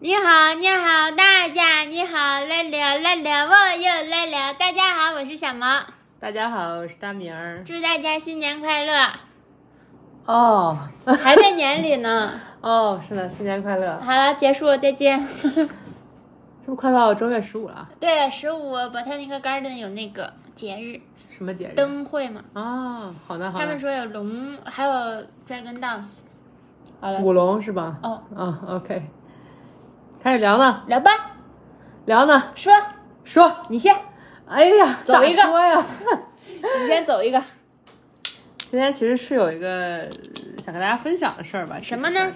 你好，你好，大家你好，来了来了，我又来了。大家好，我是小毛。 大家好，我是大明儿。 祝大家新年快乐。 哦， 还在年里呢。 哦，是的，新年快乐。 好了，结束，再见。 是不是快到正月15了？ 对，15 Botanical Garden 有那个节日。 什么节日？ 灯会嘛。 哦，好的好的。 他们说有龙，还有 Dragon Dance。好了。 舞龙是吧？ 哦。 啊 ，OK。开始聊呢？ 聊吧。 聊呢？ 说，你先。 哎呀， 走一个。 咋说呀？ 你先走一个。 今天其实是有一个想跟大家分享的事儿吧？ 什么呢？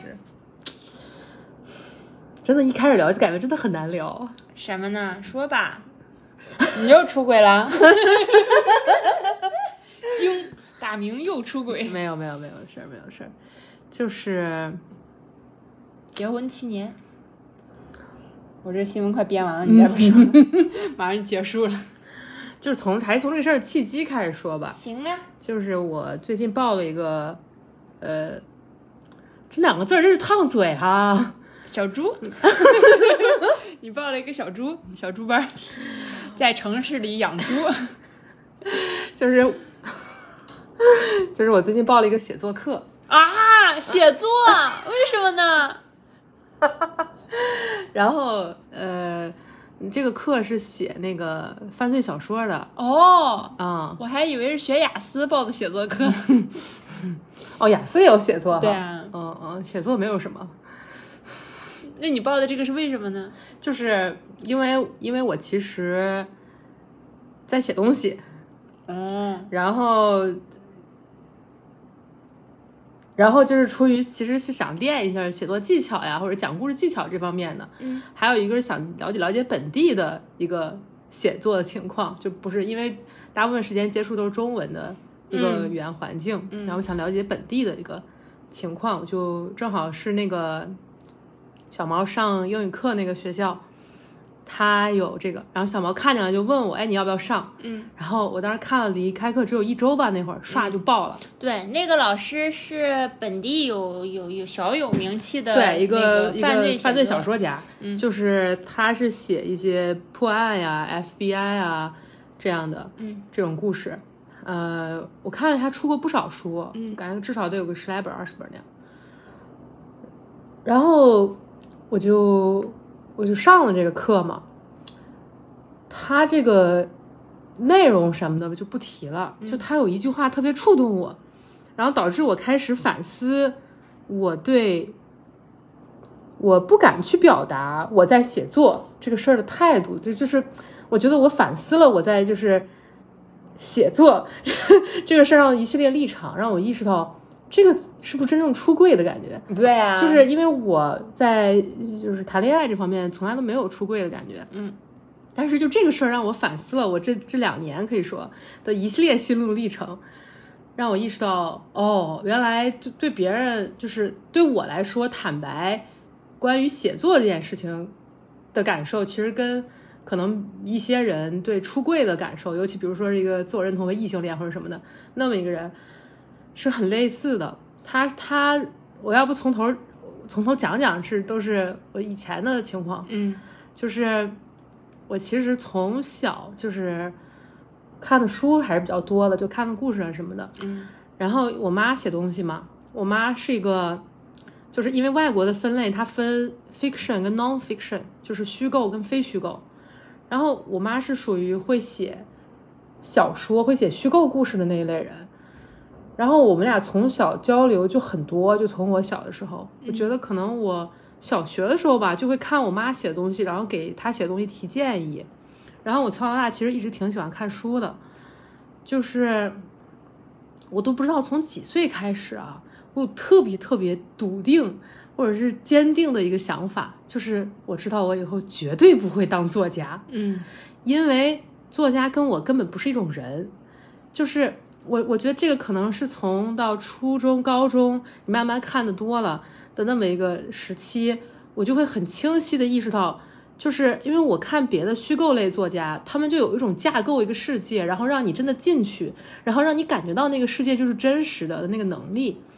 真的，一开始聊就感觉真的很难聊。 什么呢？说吧。你又出轨了。惊，大明又出轨。 没有事儿，就是结婚7年。我这新闻快编完了，你再不说，马上结束了。 就是还是从这个事儿契机开始说吧。 行啊。 就是我最近报了一个，这2个字真是烫嘴哈。 小猪。你报了一个小猪班，在城市里养猪。 就是我最近报了一个写作课啊，写作，为什么呢？ 然后这个课是写那个犯罪小说的。 哦， 我还以为是学雅思报的写作课。 哦，雅思也有写作哈。 对啊。 写作没有什么。 那你报的这个是为什么呢？ 就是因为我其实在写东西。然后就是出于其实是想练一下写作技巧呀，或者讲故事技巧这方面的。还有一个是想了解本地的一个写作的情况，就不是因为大部分时间接触都是中文的一个语言环境，然后想了解本地的一个情况，就正好是那个小毛上英语课那个学校他有这个，然后小毛看见了就问我，哎，你要不要上？然后我当时看了离开课只有1周吧，那会儿唰就报了。 对，那个老师是本地有小有名气的， 对，一个犯罪小说家，就是他是写一些破案呀、FBI 啊这样的，这种故事。我看了他出过不少书，感觉至少得有个10来本、20本那样。然后我就上了这个课嘛，他这个内容什么的就不提了，就他有一句话特别触动我，然后导致我开始反思我不敢去表达我在写作这个事儿的态度，就是我觉得我反思了我在就是写作这个事儿上一系列立场，让我意识到这个是不是真正出柜的感觉？ 对啊， 就是因为我在就是谈恋爱这方面从来都没有出柜的感觉，但是就这个事儿让我反思了我这2年可以说的一系列心路历程，让我意识到原来对别人就是对我来说坦白关于写作这件事情的感受，其实跟可能一些人对出柜的感受，尤其比如说是一个自我认同为异性恋或者什么的那么一个人是很类似的。他我要不从头讲都是我以前的情况。就是我其实从小就是看的书还是比较多的，就看的故事啊什么的。然后我妈写东西嘛，我妈是一个就是因为外国的分类它分 fiction 跟 non-fiction， 就是虚构跟非虚构，然后我妈是属于会写小说会写虚构故事的那一类人，然后我们俩从小交流就很多，就从我小的时候，我觉得可能我小学的时候吧，就会看我妈写的东西，然后给她写的东西提建议。然后我从小到大其实一直挺喜欢看书的，就是我都不知道从几岁开始啊，我有特别笃定或者是坚定的一个想法，就是我知道我以后绝对不会当作家。因为作家跟我根本不是一种人，就是我觉得这个可能是从到初中高中你慢慢看的多了的那么一个时期，我就会很清晰的意识到，就是因为我看别的虚构类作家，他们就有一种架构一个世界，然后让你真的进去，然后让你感觉到那个世界就是真实的那个能力。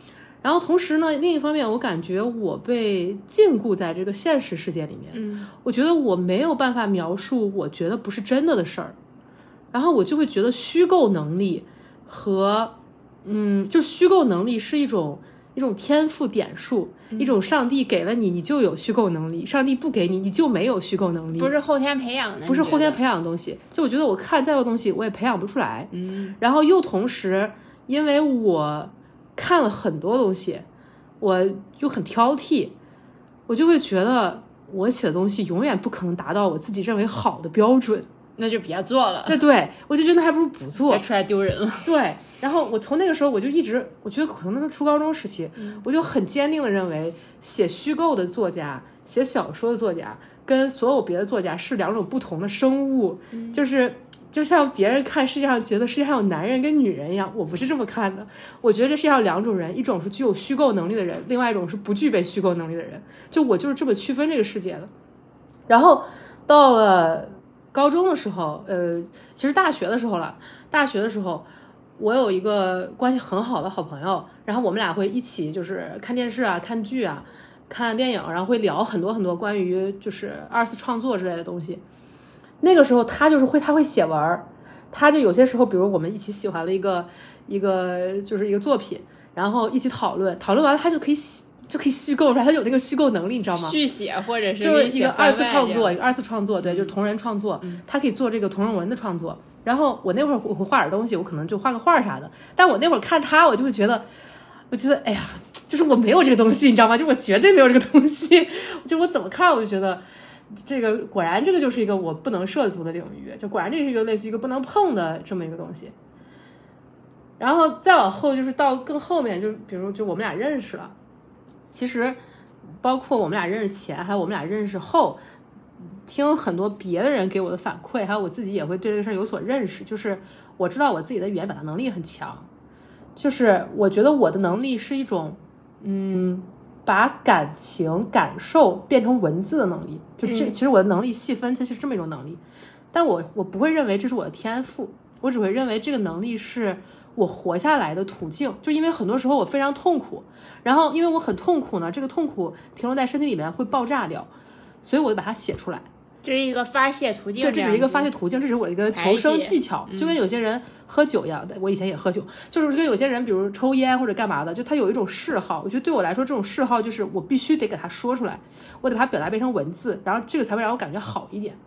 然后同时呢，另一方面我感觉我被禁锢在这个现实世界里面，我觉得我没有办法描述我觉得不是真的事儿，然后我就会觉得虚构能力和就虚构能力是一种天赋点数，一种上帝给了你，你就有虚构能力；上帝不给你，你就没有虚构能力。 不是后天培养的， 不是后天培养的东西。就我觉得我看再多东西，我也培养不出来。然后又同时，因为我看了很多东西，我又很挑剔，我就会觉得我写的东西永远不可能达到我自己认为好的标准。 那就别做了。 对，我就觉得还不如不做， 别出来丢人了。 对，然后我从那个时候我就一直，我觉得可能初高中时期，我就很坚定的认为，写虚构的作家、写小说的作家跟所有别的作家是两种不同的生物，就像别人看世界上觉得世界上有男人跟女人一样，我不是这么看的。我觉得这世界上两种人，一种是具有虚构能力的人，另外一种是不具备虚构能力的人。就我就是这么区分这个世界的。然后到了高中的时候，其实大学的时候，我有一个关系很好的好朋友，然后我们俩会一起就是看电视啊、看剧啊、看电影，然后会聊很多很多关于就是二次创作之类的东西。那个时候他会写文，他就有些时候，比如我们一起喜欢了一个作品，然后一起讨论完了，他就可以虚构出来，他有那个虚构能力，你知道吗？ 续写或者是就是一个二次创作，对，就是同人创作，他可以做这个同人文的创作。然后我那会儿我会画点东西，我可能就画个画啥的。但我那会儿看他，我就会觉得，哎呀，就是我没有这个东西，你知道吗？就我绝对没有这个东西。就我怎么看，我就觉得这个果然这个就是一个我不能涉足的领域，就果然这是一个类似于一个不能碰的这么一个东西。然后再往后就是到更后面，就比如就我们俩认识了。其实包括我们俩认识前还有我们俩认识后，听很多别的人给我的反馈，还有我自己也会对这个事儿有所认识，就是我知道我自己的语言表达能力很强，就是我觉得我的能力是一种把感情感受变成文字的能力，就其实我的能力细分其实是这么一种能力，但我不会认为这是我的天赋，我只会认为这个能力是我活下来的途径。就因为很多时候我非常痛苦，然后因为我很痛苦呢，这个痛苦停留在身体里面会爆炸掉，所以我就把它写出来。 这是一个发泄途径， 对，这只是一个发泄途径，这是我一个求生技巧，就跟有些人喝酒一样的。我以前也喝酒，就是跟有些人比如抽烟或者干嘛的，就他有一种嗜好，我觉得对我来说这种嗜好就是我必须得给他说出来，我得把它表达变成文字，然后这个才会让我感觉好一点。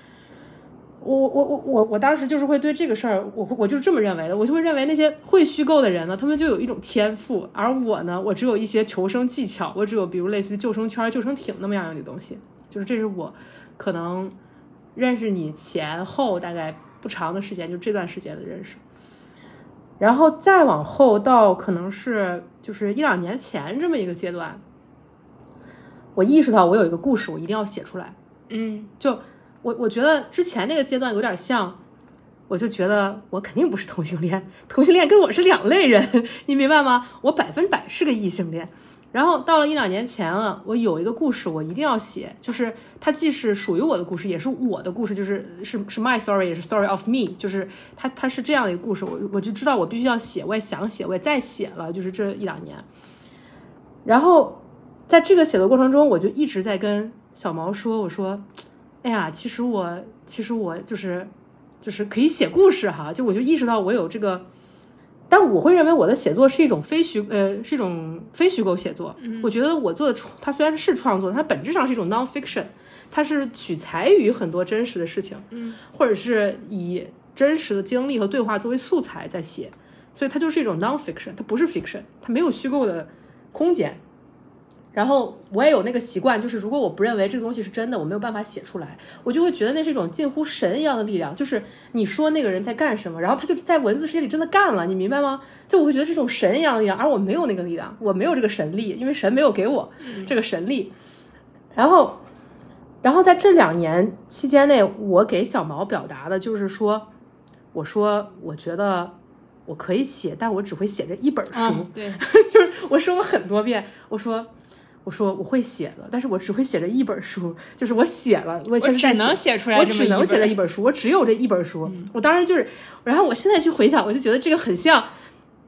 我当时就是会对这个事儿，我就是这么认为的，我就会认为那些会虚构的人呢，他们就有一种天赋，而我呢，我只有一些求生技巧，我只有比如类似于救生圈、救生艇那么样的东西，就是这是我可能认识你前后大概不长的时间，就这段时间的认识。然后再往后到可能是就是1-2年前这么一个阶段，我意识到我有一个故事我一定要写出来。就我觉得之前那个阶段有点像，我就觉得我肯定不是同性恋，同性恋跟我是两类人，你明白吗？我100%是个异性恋。然后到了1-2年前了，我有一个故事我一定要写，就是它既是属于我的故事，也是我的故事，就是是 my story， 也是 story of me， 就是它是这样的一个故事，我就知道我必须要写，我也想写，我也在写了，就是这1-2年。然后在这个写的过程中，我就一直在跟小毛说，我说哎呀，其实我就是可以写故事哈，就我就意识到我有这个，但我会认为我的写作是一种非虚构写作。我觉得我做的它虽然是创作，它本质上是一种 non-fiction， 它是取材于很多真实的事情，或者是以真实的经历和对话作为素材在写，所以它就是一种 non-fiction， 它不是 fiction， 它没有虚构的空间。然后我也有那个习惯，就是如果我不认为这个东西是真的，我没有办法写出来，我就会觉得那是一种近乎神一样的力量，就是你说那个人在干什么，然后他就在文字世界里真的干了，你明白吗？就我会觉得这种神一样的力量，而我没有那个力量，我没有这个神力，因为神没有给我这个神力。然后在这2年期间内，我给小毛表达的就是说，我觉得我可以写，但我只会写这一本书。 对， 就是我说过很多遍，我说我会写的，但是我只会写这一本书，就是我写了，我确实只能写出来， 我只能写这一本书，我只有这一本书。我当时就是，然后我现在去回想，我就觉得这个很像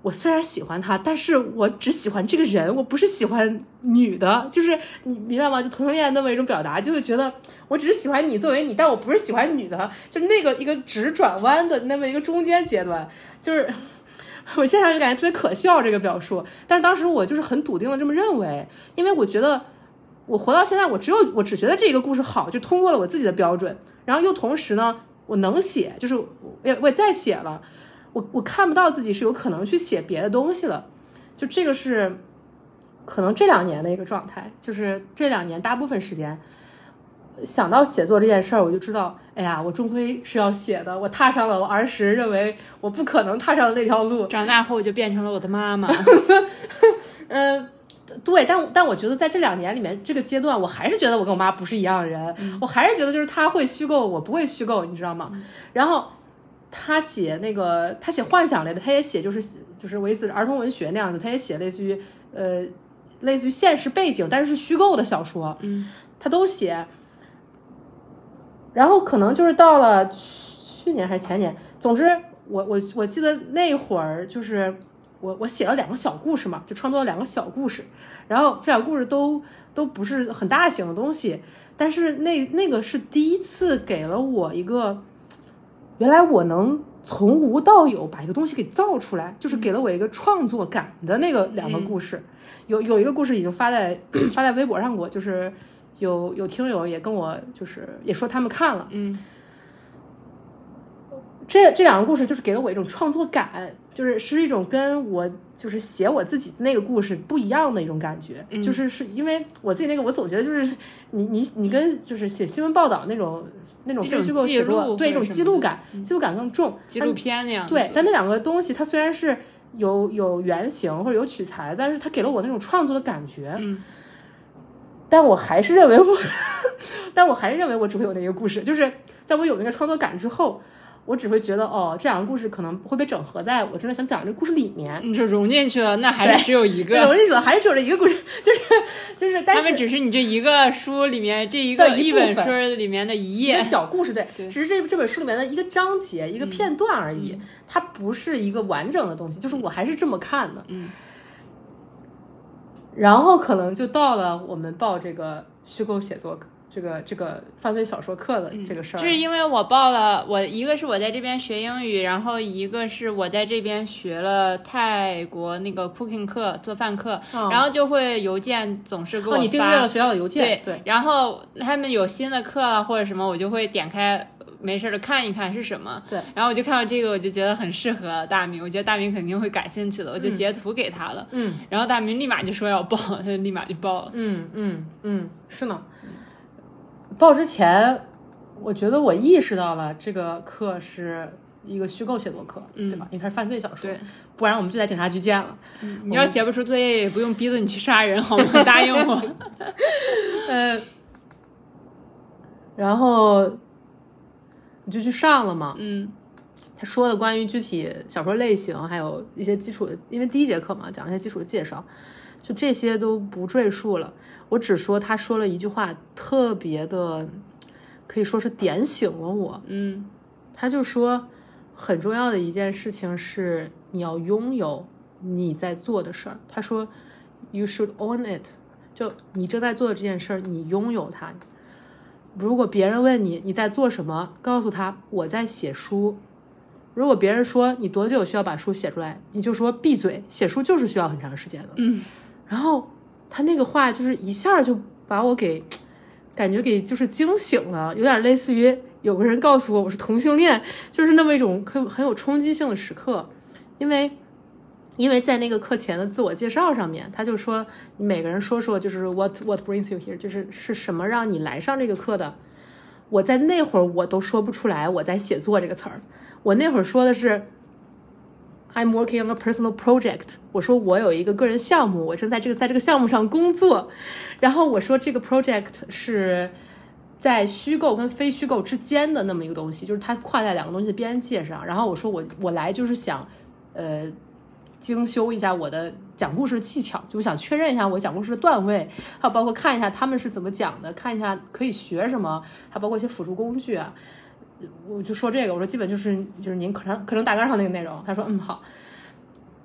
我虽然喜欢他，但是我只喜欢这个人，我不是喜欢女的，就是你明白吗？就同性恋那么一种表达，就会觉得我只是喜欢你作为你，但我不是喜欢女的，就是那个一个直转弯的那么一个中间阶段，就是我现在就感觉特别可笑这个表述，但是当时我就是很笃定的这么认为，因为我觉得我活到现在，我只觉得这个故事好，就通过了我自己的标准，然后又同时呢，我能写，就是我也在写了。我看不到自己是有可能去写别的东西了，就这个是可能这2年的一个状态，就是这2年大部分时间想到写作这件事儿，我就知道，哎呀，我终归是要写的，我踏上了我儿时认为我不可能踏上的那条路， 长大后我就变成了我的妈妈。 对，但我觉得在这2年里面，这个阶段我还是觉得我跟我妈不是一样的人，我还是觉得就是她会虚构，我不会虚构，你知道吗？然后他写幻想类的，他也写就是类似儿童文学那样子，他也写类似于现实背景但是虚构的小说，他都写。然后可能就是到了去年还是前年，总之我记得那会儿就是我写了2个小故事嘛，就创作了2个小故事，然后这2个故事都不是很大型的东西，但是那个是第一次给了我一个。原来我能从无到有把一个东西给造出来，就是给了我一个创作感的那个2个故事。有一个故事已经发在微博上过，就是有听友也跟我就是也说他们看了。这2个故事就是给了我一种创作感，是一种跟我就是写我自己那个故事不一样的一种感觉，就是因为我自己那个我总觉得就是你跟就是写新闻报道那种非虚构写作，对，一种记录感更重， 纪录片那样。 对，但那2个东西它虽然是有原型或者有取材，但是它给了我那种创作的感觉。但我还是认为我只会有那个故事，就是在我有那个创作感之后。我只会觉得这2个故事可能会被整合在我真的想讲这个故事里面， 你就融进去了，那还是只有一个， 融进去了还是只有这一个故事，就是，但是他们只是你这一个书里面这一本书里面的一页小故事，对，只是这本书里面的一个章节一个片段而已，它不是一个完整的东西，就是我还是这么看的。然后可能就到了我们报这个虚构写作这个犯罪小说课的这个事儿， 就是因为我报了，一个是我在这边学英语，然后一个是我在这边学了泰国那个 cooking 课做饭课，然后就会邮件总是给我发， 你订阅了学校的邮件， 对，然后他们有新的课啊或者什么，我就会点开没事的看一看是什么， 对， 然后我就看到这个，我就觉得很适合大明，我觉得大明肯定会感兴趣的，我就截图给他了，然后大明立马就说要报，他就立马就报了， 是呢。报之前我觉得我意识到了这个课是一个虚构写作课，对吧？因为它是犯罪小说， 对， 不然我们就在警察局见了。 你要写不出作业也不用逼着你去杀人好吗？答应我。 然后你就去上了嘛，他说的关于具体小说类型还有一些基础的，因为第1节课嘛，讲了一些基础的介绍，就这些都不赘述了，我只说他说了一句话特别的可以说是点醒了我，他就说很重要的一件事情是你要拥有你在做的事儿，他说 you should own it， 就你正在做的这件事儿你拥有它，如果别人问你在做什么，告诉他我在写书，如果别人说你多久需要把书写出来，你就说闭嘴，写书就是需要很长时间的。然后他那个话就是一下就把我给感觉给就是惊醒了，有点类似于有个人告诉我我是同性恋，就是那么一种很有冲击性的时刻。因为在那个课前的自我介绍上面，他就说你每个人说就是 what brings you here， 就是什么让你来上这个课的。我在那会儿我都说不出来我在写作这个词儿，我那会儿说的是 I'm working on a personal project， 我说我有一个个人项目，我正在这个项目上工作，然后我说这个 project 是在虚构跟非虚构之间的那么一个东西，就是它跨在2个东西的边界上，然后我说我来就是想精修一下我的讲故事的技巧，就想确认一下我讲故事的段位，还有包括看一下他们是怎么讲的，看一下可以学什么，还包括一些辅助工具啊。我就说这个，我说基本就是您课程大纲上那个内容。他说好。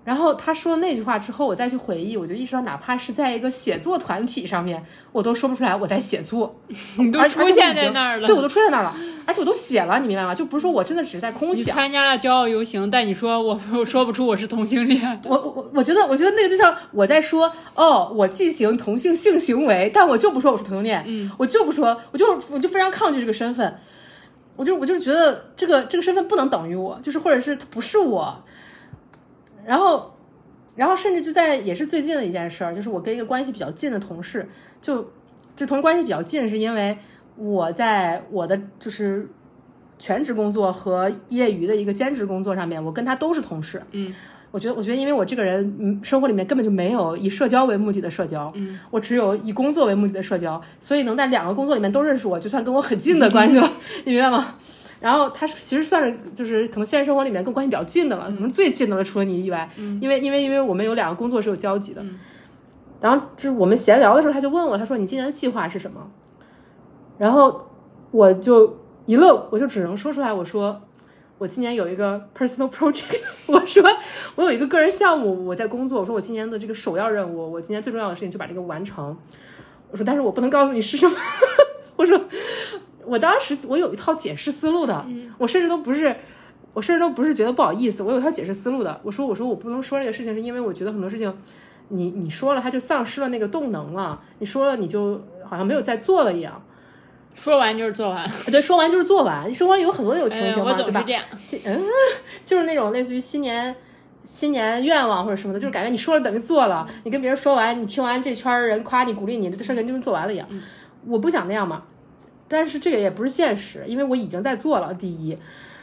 然后他说那句话之后，我再去回忆，我就意识到，哪怕是在一个写作团体上面，我都说不出来我在写作。 你都出现在那儿了， 对，我都出现在那儿了，而且我都写了，你明白吗？就不是说我真的只是在空想。 你参加了骄傲游行，但你说我说不出我是同性恋。 我觉得那个就像我在说，我进行同性性行为，但我就不说我是同性恋，我就不说，我就非常抗拒这个身份，我就是觉得这个身份不能等于我，就是或者是它不是我。然后甚至就在也是最近的一件事儿，就是我跟一个关系比较近的同事，就同事关系比较近，是因为我在我的就是全职工作和业余的一个兼职工作上面，我跟他都是同事。我觉得因为我这个人生活里面根本就没有以社交为目的的社交，我只有以工作为目的的社交，所以能在2个工作里面都认识我，就算跟我很近的关系了，你明白吗？然后他其实算是就是可能现实生活里面跟关系比较近的了，可能最近的了，除了你以外，因为我们有2个工作是有交集的。然后就是我们闲聊的时候，他就问我，他说你今年的计划是什么？然后我就一愣，我就只能说出来，我说我今年有一个 personal project， 我说我有一个个人项目我在工作，我说我今年的这个首要任务，我今年最重要的事情就把这个完成。我说但是我不能告诉你是什么。我说我当时我有一套解释思路的，我甚至都不是觉得不好意思，我有一套解释思路的。我说我不能说这个事情，是因为我觉得很多事情你说了它就丧失了那个动能了，你说了你就好像没有再做了一样。 说完就是做完， 对，说完就是做完。生活里有很多那种情形嘛， 我总是这样， 就是那种类似于新年愿望或者什么的，就是感觉你说了等于做了，你跟别人说完，你听完这圈人夸你鼓励你，这事儿就跟做完了一样。我不想那样嘛，但是这个也不是现实，因为我已经在做了。第一，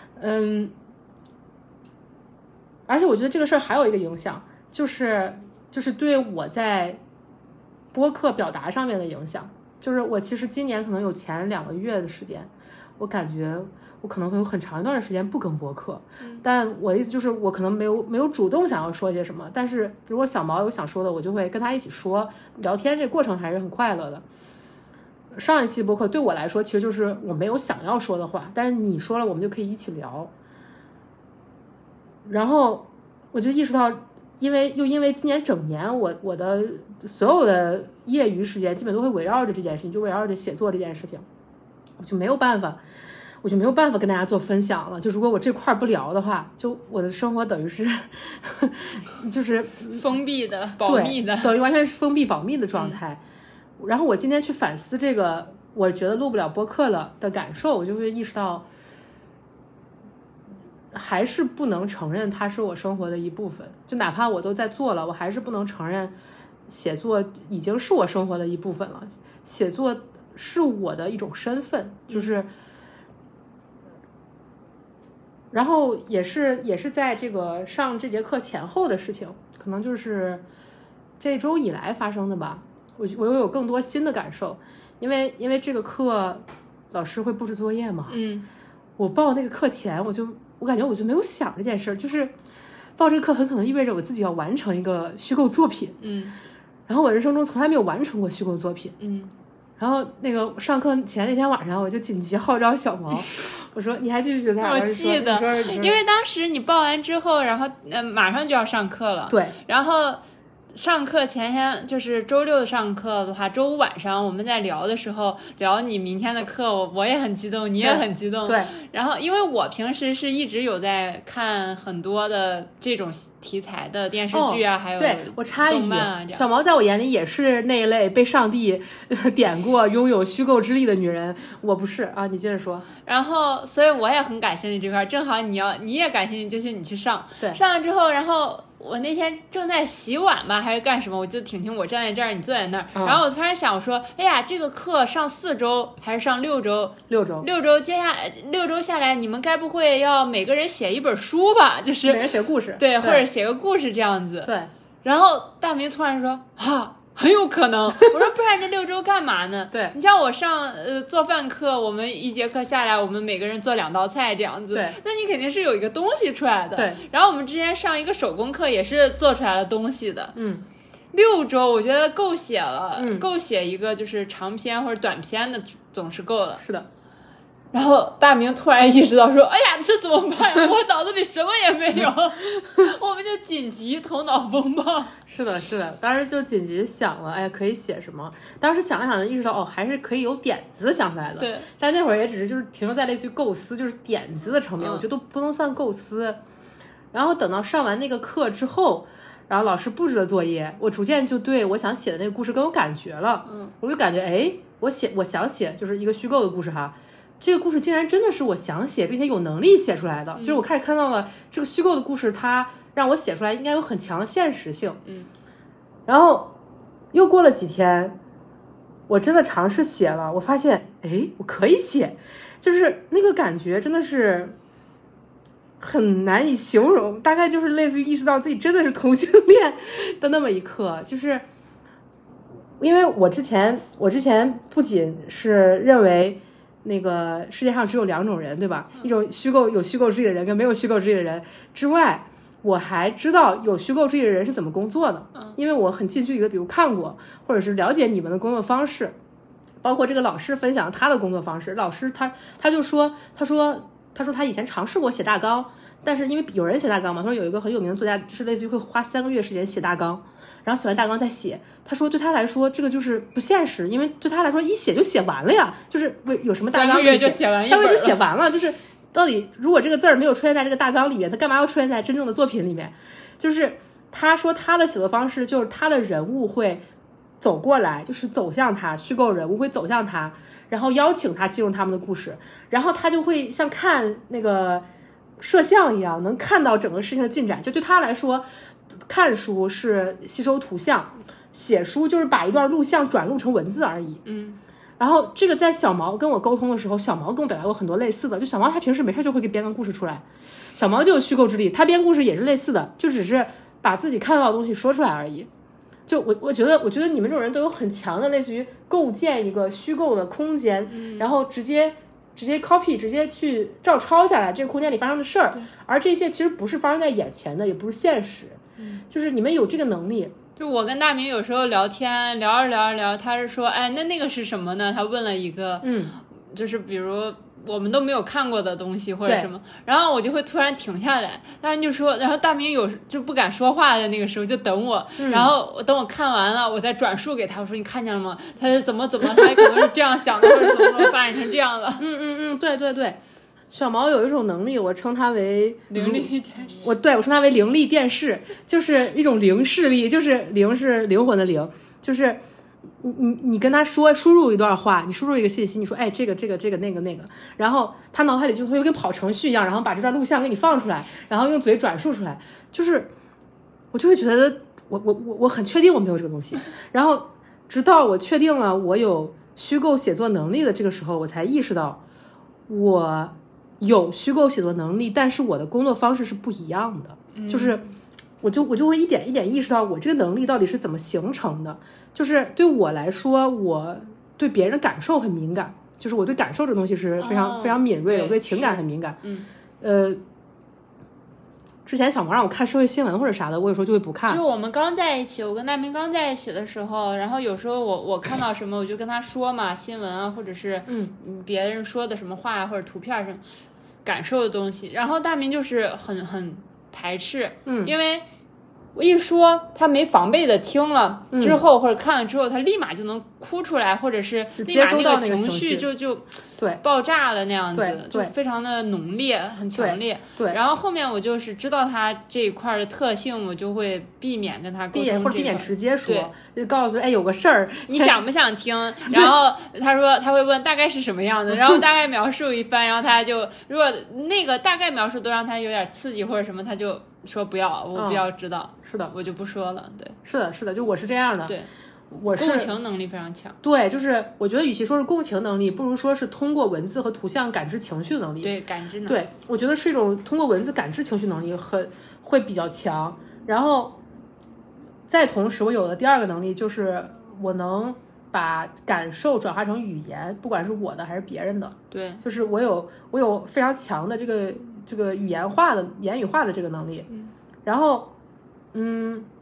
而且我觉得这个事儿还有一个影响，就是对我在播客表达上面的影响。就是我其实今年可能有前2个月的时间，我感觉我可能会有很长一段的时间不更播客，但我的意思就是我可能没有主动想要说些什么，但是如果小毛有想说的，我就会跟他一起说，聊天这个过程还是很快乐的。上一期播客对我来说其实就是我没有想要说的话，但是你说了我们就可以一起聊。然后我就意识到，因为今年整年我的所有的业余时间基本都会围绕着这件事情，就围绕着写作这件事情，我就没有办法跟大家做分享了。就如果我这块不聊的话，就我的生活等于是就是封闭的保密的， 等于完全是封闭保密的状态。然后我今天去反思这个我觉得录不了播客了的感受，我就会意识到还是不能承认它是我生活的一部分，就哪怕我都在做了，我还是不能承认写作已经是我生活的一部分了，写作是我的一种身份，就是然后也是在这个上这节课前后的事情，可能就是这周以来发生的吧。我又有更多新的感受，因为这个课老师会布置作业嘛，我报那个课前我感觉我就没有想这件事，就是报这个课很可能意味着我自己要完成一个虚构作品，然后我人生中从来没有完成过虚构作品，然后那个上课前那天晚上我就紧急号召小毛，我说你还记不记得？ 我记得，因为当时你报完之后，然后马上就要上课了， 对， 然后上课前天就是周六上课的话，周五晚上我们在聊的时候聊你明天的课，我也很激动，你也很激动。 对。 然后因为我平时是一直有在看很多的这种题材的电视剧啊，还有对，我插一句，小毛在我眼里也是那一类被上帝点过拥有虚构之力的女人，我不是啊。你接着说。 然后，所以我也很感兴趣这块，正好你也感兴趣，就是你去上， 对， 上了之后，然后。我那天正在洗碗吧，还是干什么？我记得婷婷我站在这儿，你坐在那儿。然后我突然想，我说，哎呀，这个课上4周还是上6周？6周，接下来6周下来，你们该不会要每个人写一本书吧？就是每人写个故事， 对，或者写个故事这样子。 对。 然后大明突然说，很有可能。我说不然这6周干嘛呢？ 对， 你像我上做饭课，我们1节课下来，我们每个人做2道菜这样子。 对， 那你肯定是有一个东西出来的。 对。 然后我们之前上一个手工课也是做出来了东西的。6周我觉得够写了，够写一个就是长篇或者短篇的总是够了。 是的。 然后大明突然意识到说，哎呀，这怎么办呀？我脑子里什么也没有。我们就紧急头脑风暴。 是的，是的，当时就紧急想了，哎呀，可以写什么？当时想了想，意识到哦，还是可以有点子想出来的。 对， 但那会儿也只是就是停留在类似于构思，就是点子的层面，我觉得都不能算构思。然后等到上完那个课之后，然后老师布置了作业，我逐渐就对我想写的那个故事更有感觉了。我就感觉，哎，我想写就是一个虚构的故事哈。这个故事竟然真的是我想写并且有能力写出来的，就是我开始看到了这个虚构的故事，它让我写出来应该有很强的现实性。然后又过了几天，我真的尝试写了，我发现，哎，我可以写，就是那个感觉真的是很难以形容，大概就是类似于意识到自己真的是同性恋的那么一刻。就是因为我之前不仅是认为那个世界上只有两种人，对吧？一种有虚构之意的人跟没有虚构之意的人之外，我还知道有虚构之意的人是怎么工作的，因为我很近距离的比如看过或者是了解你们的工作方式，包括这个老师分享他的工作方式。老师他就说他说他以前尝试过写大纲，但是因为有人写大纲嘛，他说有一个很有名的作家是类似于会花3个月时间写大纲，然后写完大纲再写。他说对他来说这个就是不现实，因为对他来说一写就写完了呀，就是有什么大纲可以写，3个月就写完了，就是到底如果这个字儿没有出现在这个大纲里面，他干嘛要出现在真正的作品里面？就是他说他的写作方式就是他的人物会走过来，就是走向他，虚构人物会走向他，然后邀请他进入他们的故事，然后他就会像看那个摄像一样，能看到整个事情的进展。就对他来说，看书是吸收图像，写书就是把一段录像转录成文字而已。然后这个在小毛跟我沟通的时候，小毛跟我表达过很多类似的。就小毛他平时没事就会给编个故事出来，小毛就有虚构之力，他编故事也是类似的，就只是把自己看到的东西说出来而已。就我觉得你们这种人都有很强的类似于构建一个虚构的空间，然后直接 copy 直接去照抄下来这个空间里发生的事儿，而这些其实不是发生在眼前的，也不是现实。就是你们有这个能力。 就我跟大明有时候聊天，聊着，他是说，哎，那个是什么呢？他问了一个，就是比如我们都没有看过的东西或者什么，然后我就会突然停下来，大明就说，然后大明就不敢说话的那个时候就等我，然后等我看完了，我再转述给他，我说你看见了吗？他是怎么，他可能是这样想的，或者怎么翻译成这样了。 对。小毛有一种能力，我称它为灵力电视。 我称它为灵力电视，就是一种灵视力，就是灵是灵魂的灵，就是你跟他说输入一段话，你输入一个信息，你说哎这个那个，然后他脑海里就会跟跑程序一样，然后把这段录像给你放出来，然后用嘴转述出来，就是我就会觉得我很确定我没有这个东西，然后直到我确定了我有虚构写作能力的这个时候，我才意识到我有虚构写作能力，但是我的工作方式是不一样的。就是我就会一点一点意识到我这个能力到底是怎么形成的。就是对我来说，我对别人的感受很敏感，就是我对感受这东西是非常非常敏锐的，我对情感很敏感。之前小毛让我看社会新闻或者啥的，我有时候就会不看。 就我们刚在一起，我跟大明刚在一起的时候，然后有时候我看到什么我就跟他说嘛，新闻啊，或者是别人说的什么话或者图片什么感受的东西，然后大明就是很排斥，因为我一说他没防备的听了之后，或者看了之后，他立马就能哭出来，或者是立马那个情绪就对爆炸了那样子，就非常的浓烈，很强烈。 对， 然后后面我就是知道他这一块的特性，我就会避免跟他沟通， 或者避免直接说，就告诉哎有个事儿， 你想不想听？然后他说他会问大概是什么样子，然后大概描述一番，然后他就如果那个大概描述都让他有点刺激或者什么，他就说不要，我不要知道。 是的， 我就不说了。对， 是的，就我是这样的。 对， 我是共情能力非常强。 对，就是我觉得与其说是共情能力，不如说是通过文字和图像感知情绪能力。 对，感知能力。 对，我觉得是一种通过文字感知情绪能力会比较强。然后再同时，我有的第二个能力就是我能把感受转化成语言，不管是我的还是别人的。 对，就是我有非常强的这个语言言语化的这个能力。然后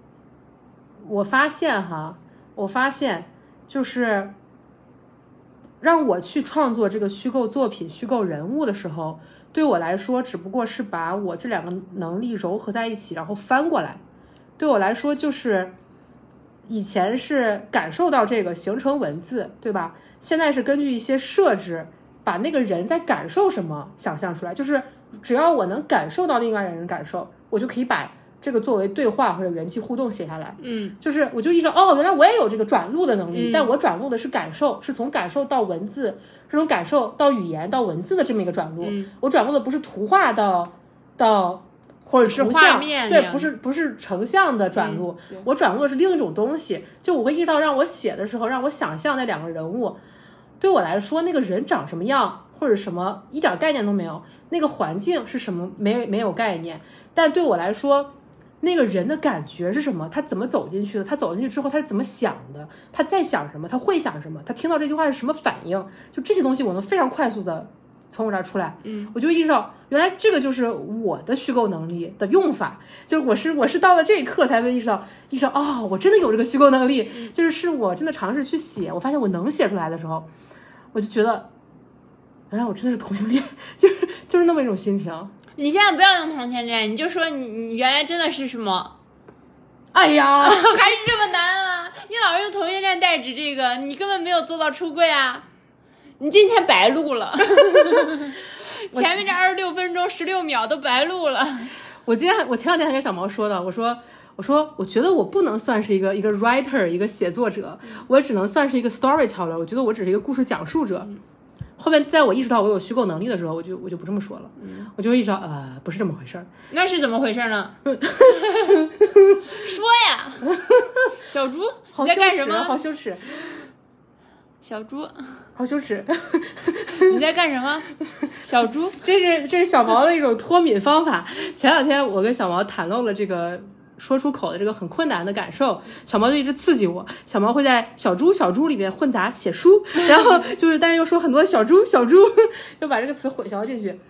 我发现就是让我去创作这个虚构作品、虚构人物的时候，对我来说只不过是把我这两个能力糅合在一起，然后翻过来。对我来说就是以前是感受到这个形成文字，对吧？现在是根据一些设置把那个人在感受什么想象出来，就是只要我能感受到另外人的感受，我就可以把这个作为对话或者元气互动写下来。就是我就意识到原来我也有这个转录的能力，但我转录的是感受，是从感受到文字，是从感受到语言到文字的这么一个转录。我转录的不是图画到或者图像，对，不是成像的转录，我转录的是另一种东西。就我会意识到，让我写的时候，让我想象那两个人物，对我来说，那个人长什么样或者什么一点概念都没有，那个环境是什么没有概念，但对我来说，那个人的感觉是什么？他怎么走进去的？他走进去之后他是怎么想的？他在想什么？他会想什么？他听到这句话是什么反应？就这些东西，我能非常快速的从我这儿出来。我就意识到，原来这个就是我的虚构能力的用法。就我是到了这一刻才会意识到我真的有这个虚构能力。就是我真的尝试去写，我发现我能写出来的时候，我就觉得，原来我真的是同性恋，就是那么一种心情。 你现在不要用同性恋，你就说你原来真的是什么？ 哎呀， 还是这么难啊！你老是用同性恋代指这个，你根本没有做到出柜啊！你今天白录了，前面这26分钟16秒都白录了。 我前两天还跟小毛说的，我说我觉得我不能算是一个 writer， 一个写作者，我只能算是一个 storyteller， 我觉得我只是一个故事讲述者。后面在我意识到我有虚构能力的时候，我就不这么说了，我就意识到不是这么回事儿。 那是怎么回事呢？说呀，小猪，你在干什么？ 好羞耻， 小猪， 好羞耻， 你在干什么？小猪， 这是小毛的一种脱敏方法。前两天我跟小毛袒露了这个说出口的这个很困难的感受，小毛就一直刺激我。小毛会在小猪里面混杂写书，然后就是但是又说很多小猪，又把这个词混淆进去。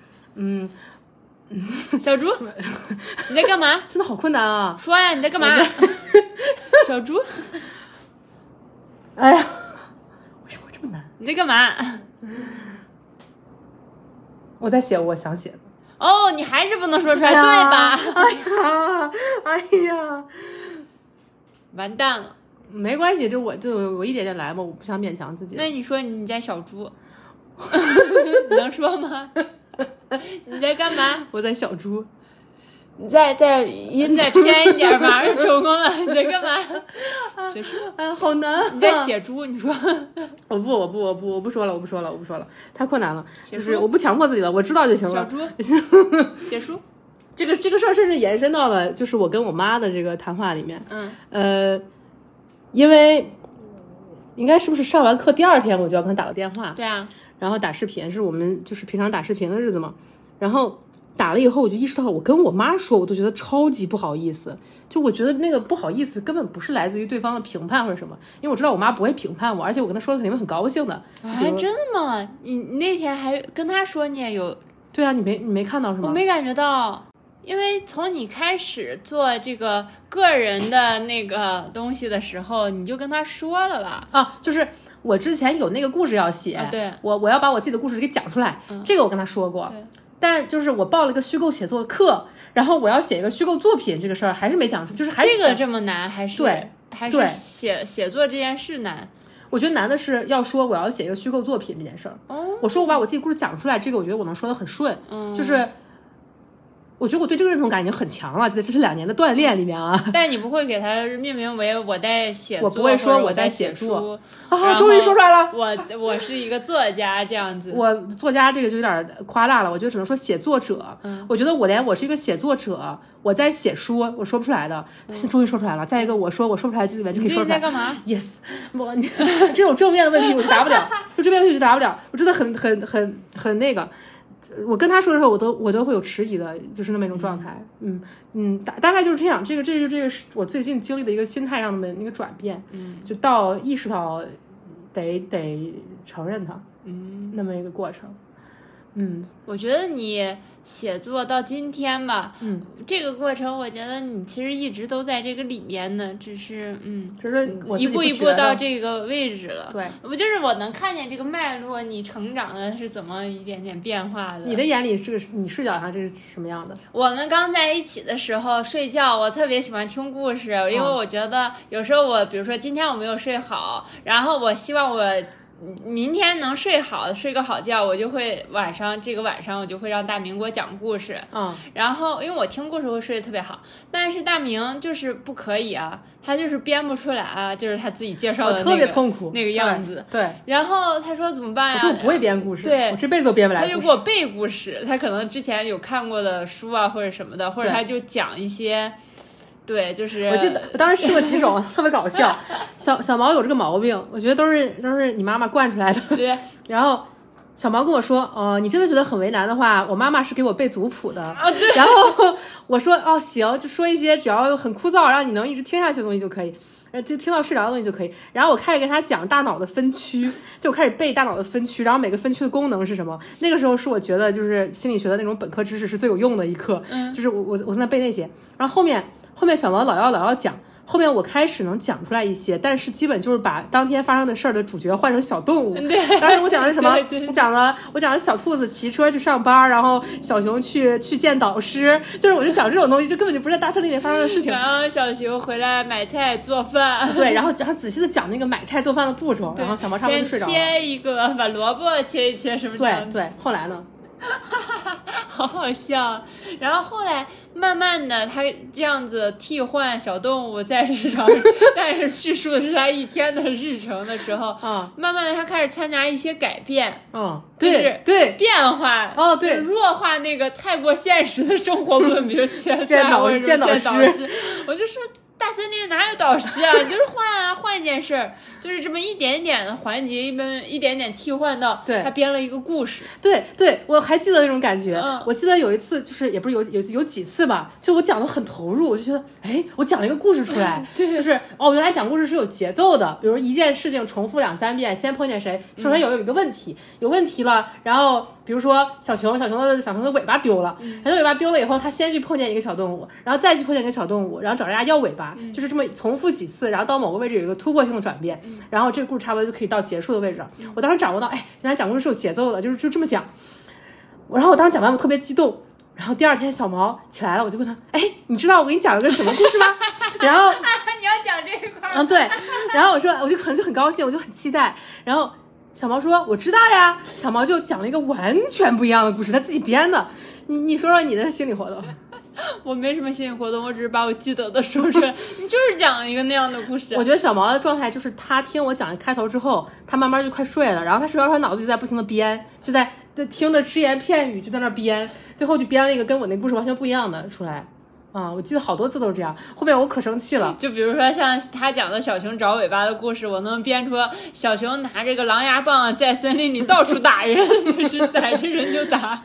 小猪，你在干嘛？ 真的好困难啊！ 说呀，你在干嘛？小猪， 哎呀，为什么会这么难？ 你在干嘛？ 我在写我想写的。 哦，你还是不能说出来，对吧？ 哎呀， 完蛋了。 没关系，我一点点来嘛，我不想勉强自己。 那你说你家小猪，你能说吗？你在干嘛？ 我在小猪。 你再音再偏一点，马上就成功了。你在干嘛？写书。 好难。 你在写猪？你说。 我不说了，太困难了。就是我不强迫自己了，我知道就行了。 小猪。写书。 这个事儿甚至延伸到了，就是我跟我妈的这个谈话里面。因为应该是不是上完课第2天我就要跟她打个电话？ 对啊。 然后打视频，是我们就是平常打视频的日子嘛。然后打了以后，我就意识到我跟我妈说，我都觉得超级不好意思。就我觉得那个不好意思根本不是来自于对方的评判或者什么，因为我知道我妈不会评判我，而且我跟她说的肯定会很高兴的。 真的吗？你那天还跟她说你也有？ 对啊，你没看到是吗？ 我没感觉到，因为从你开始做这个个人的那个东西的时候，你就跟她说了吧？ 就是我之前有那个故事要写， 对， 我要把我自己的故事给讲出来，这个我跟她说过。但就是我报了个虚构写作的课，然后我要写一个虚构作品，这个事儿还是没讲出，就是还是这个这么难，还是对， 还是写作这件事难。 我觉得难的是要说我要写一个虚构作品这件事儿。我说我把我自己故事讲出来，这个我觉得我能说得很顺。就是我觉得我对这个认同感已经很强了，就在这是2年的锻炼里面啊。 但你不会给它命名为我在写作， 我不会说我在写作终于说出来了， 我是一个作家这样子。 我作家这个就有点夸大了，我就只能说写作者。我觉得我是一个写作者，我在写书，我说不出来的，终于说出来了。再一个，我说不出来就可以说出来。 你在干嘛 ？Yes， 这种正面的问题我就答不了，就正面问题就答不了，我真的很那个。我跟他说的时候，我都会有迟疑的，就是那么一种状态。大概就是这样。这个是我最近经历的一个心态上的那个转变。就到意识到得承认它，那么一个过程。 我觉得你写作到今天吧，这个过程我觉得你其实一直都在这个里面呢，只是我一步一步到这个位置了。 对， 就是我能看见这个脉络，你成长的是怎么一点点变化的。 你的眼里你视角上这是什么样的？ 我们刚在一起的时候睡觉，我特别喜欢听故事，因为我觉得有时候我比如说今天我没有睡好，然后我希望我明天能睡好，睡个好觉，我就会这个晚上我就会让大明给我讲故事。然后因为我听故事会睡得特别好，但是大明就是不可以啊，他就是编不出来啊，就是他自己介绍的特别痛苦那个样子。 对。 然后他说怎么办呀？ 我说我不会编故事， 对， 我这辈子都编不来故事。 他就给我背故事，他可能之前有看过的书啊或者什么的，或者他就讲一些。对，就是我记得我当时试过几种，特别搞笑。小毛有这个毛病，我觉得都是你妈妈惯出来的。 对。 然后小毛跟我说，你真的觉得很为难的话，我妈妈是给我背族谱的。 对。 然后我说行，就说一些只要很枯燥，让你能一直听下去的东西就可以，就听到睡着的东西就可以。然后我开始跟他讲大脑的分区，就开始背大脑的分区，然后每个分区的功能是什么。那个时候是我觉得就是心理学的那种本科知识是最有用的一课，就是我在背那些。然后后面小毛老要讲，后面我开始能讲出来一些，但是基本就是把当天发生的事儿的主角换成小动物。 对， 当时我讲的是什么？我讲的小兔子骑车去上班，然后小熊去见导师，就是我就讲这种东西，就根本就不是在大森林里面发生的事情。 然后小熊回来买菜做饭， 对，然后仔细的讲那个买菜做饭的步骤，然后小毛差不多就睡着了。 先切一个，把萝卜切一切，什么这样子。 对，后来呢？ 好好笑。然后后来慢慢的他这样子替换小动物在日常但是叙述的是他一天的日程的时候，慢慢的他开始参加一些改变， 对， 变化， 对， 弱化那个太过现实的生活论，比如见导师，我就说大森林哪有导师啊？你就是换一件事儿，就是这么一点点的环节，一点点替换到他编了一个故事。 对，我还记得那种感觉。我记得有一次，就是也不是有几次吧，就我讲的很投入，我就觉得，我讲了一个故事出来，就是原来讲故事是有节奏的，比如一件事情重复2-3遍，先碰见谁，首先有一个问题，有问题了，然后比如说小熊的尾巴丢了，小熊尾巴丢了以后，他先去碰见一个小动物，然后再去碰见一个小动物，然后找人家要尾巴。就是这么重复几次，然后到某个位置有一个突破性的转变，然后这个故事差不多就可以到结束的位置了。我当时掌握到，原来讲故事是有节奏的，就这么讲。然后我当时讲完，我特别激动。然后第二天小毛起来了，我就问他，你知道我给你讲了个什么故事吗？然后你要讲这一块对。然后我说，我就可能就很高兴，我就很期待。然后小毛说我知道呀。小毛就讲了一个完全不一样的故事，他自己编的。你说说你的心理活动。 我没什么心理活动，我只是把我记得的说出来。你就是讲一个那样的故事。 我觉得小毛的状态就是他听我讲开头之后，他慢慢就快睡了，然后他睡着，他脑子就在不停的编，就听的只言片语就在那编，最后就编了一个跟我那故事完全不一样的出来。我记得好多次都是这样，后面我可生气了。 就比如说像他讲的小熊找尾巴的故事，我能编出小熊拿这个狼牙棒在森林里到处打人，就是逮着人就打。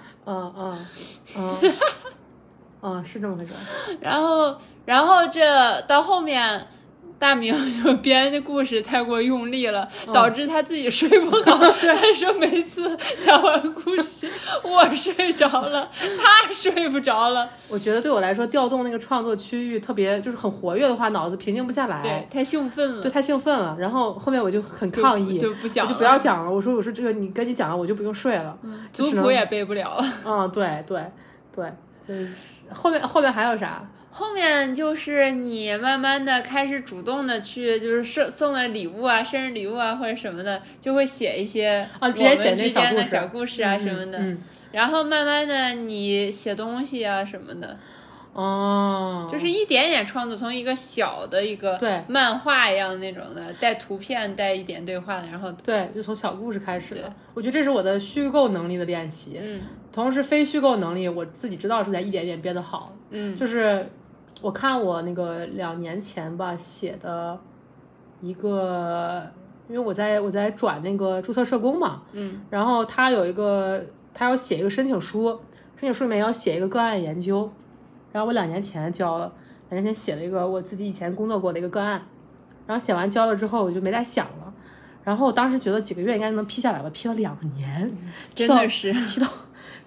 是这么回事。然后这到后面大明就编的故事太过用力了，导致他自己睡不好。他说每次讲完故事我睡着了，他睡不着了。 我觉得对我来说调动那个创作区域特别就是很活跃的话，脑子平静不下来。 对，太兴奋了。 对，太兴奋了。然后后面我就很抗议， 就不讲了， 我就不要讲了。我说这个你跟你讲了我就不用睡了。 族谱也背不了了。 对，就是后面还有啥？ 后面就是你慢慢的开始主动的去，就是送的礼物啊，生日礼物啊或者什么的，就会写一些我们之间的小故事啊什么的。然后慢慢的你写东西啊什么的。就是一点点创作，从一个小的一个漫画一样那种的，带图片带一点对话的，然后就从小故事开始的。我觉得这是我的虚构能力的练习。同时非虚构能力我自己知道是在一点点变得好。就是我看我那个2年前吧写的一个，因为我在转那个注册社工嘛，然后他要写一个申请书里面要写一个个案研究，然后我2年前交了，2年前写了一个我自己以前工作过的一个个案，然后写完交了之后我就没再想了，然后我当时觉得几个月应该能批下来吧，批了2年， 真的是批到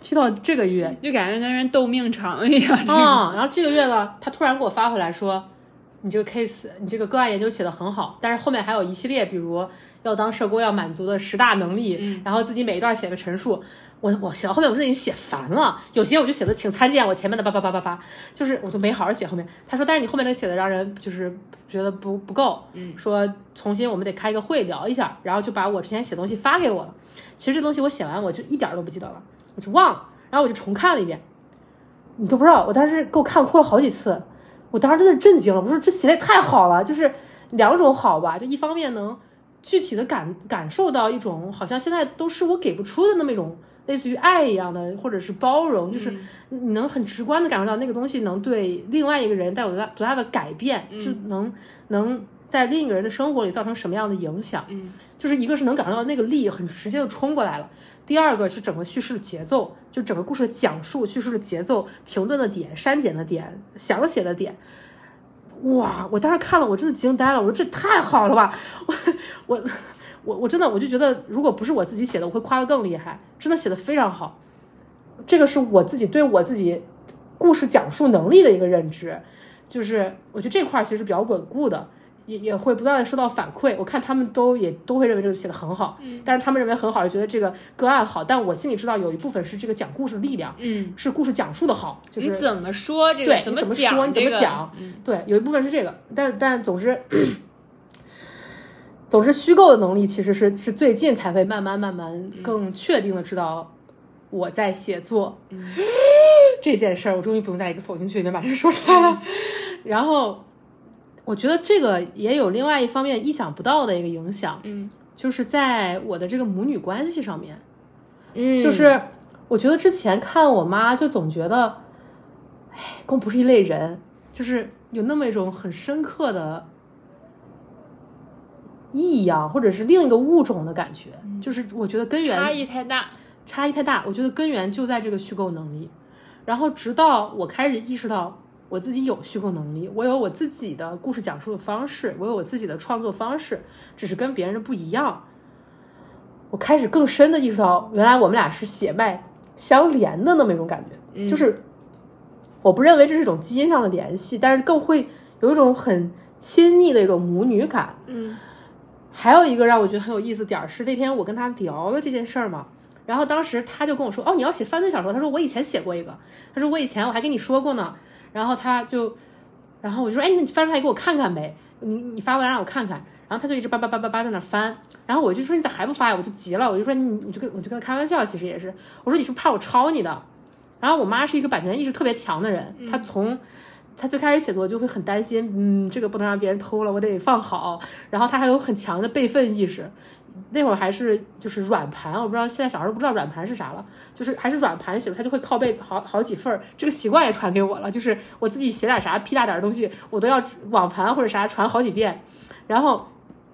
批到这个月， 就感觉跟人斗命长一样。 然后这个月呢，他突然给我发回来说，你这个 case， 你这个个案研究写得很好，但是后面还有一系列，比如要当社工要满足的10大能力，然后自己每一段写个陈述。我写到后面我真的已经写烦了，有些我就写的请参见我前面的叭，就是我都没好好写后面。他说但是你后面那个写的让人就是觉得不够，说重新我们得开一个会聊一下，然后就把我之前写东西发给我了。其实这东西我写完我就一点都不记得了，我就忘了，然后我就重看了一遍。你都不知道我当时给我看哭了好几次，我当时真的震惊了，我说这写的也太好了，就是2种好吧，就一方面能具体的感受到一种好像现在都是我给不出的那么一种类似于爱一样的，或者是包容，就是你能很直观的感受到那个东西能对另外一个人带有多大的改变，就能在另一个人的生活里造成什么样的影响。就是一个是能感受到那个力很直接的冲过来了，第二个是整个叙事的节奏，就整个故事的讲述叙事的节奏，停顿的点，删减的点，想写的点。哇，我当时看了我真的惊呆了，我说这太好了吧，我真的我就觉得如果不是我自己写的我会夸得更厉害，真的写的非常好。这个是我自己对我自己故事讲述能力的一个认知，就是我觉得这块其实比较稳固的，也会不断的收到反馈。我看他们都会认为这个写的很好，但是他们认为很好是觉得这个个案好，但我心里知道有一部分是这个讲故事的力量，是故事讲述的好，就是你怎么说这个， 对， 怎么讲说，你怎么讲， 对，有一部分是这个，但总之虚构的能力其实是最近才会慢慢更确定的知道我在写作，这件事儿，我终于不用在一个否定句里面把这说出来了。然后我觉得这个也有另外一方面意想不到的一个影响，就是在我的这个母女关系上面，就是我觉得之前看我妈就总觉得，跟我不是一类人，就是有那么一种很深刻的异样或者是另一个物种的感觉，就是我觉得根源差异太大， 我觉得根源就在这个虚构能力。然后直到我开始意识到我自己有虚构能力，我有我自己的故事讲述的方式，我有我自己的创作方式，只是跟别人的不一样，我开始更深的意识到原来我们俩是血脉相连的那么一种感觉，就是我不认为这是一种基因上的联系，但是更会有一种很亲昵的一种母女感。还有一个让我觉得很有意思点是那天我跟他聊了这件事儿嘛，然后当时他就跟我说，你要写犯罪小说，他说我以前写过一个，他说我以前我还跟你说过呢，然后我就说你翻出来给我看看呗，你发过来让我看看，然后他就一直叭在那翻，然后我就说你咋还不发呀，我就急了，我就说我就跟他开玩笑，其实也是，我说你是不是怕我抄你的？然后我妈是一个版权意识特别强的人，他最开始写作就会很担心，这个不能让别人偷了，我得放好，然后他还有很强的备份意识。那会儿还是就是软盘，我不知道现在小孩都不知道软盘是啥了，就是还是软盘写，他就会靠背好几份，这个习惯也传给我了，就是我自己写点啥屁大点的东西，我都要网盘或者啥传好几遍。然后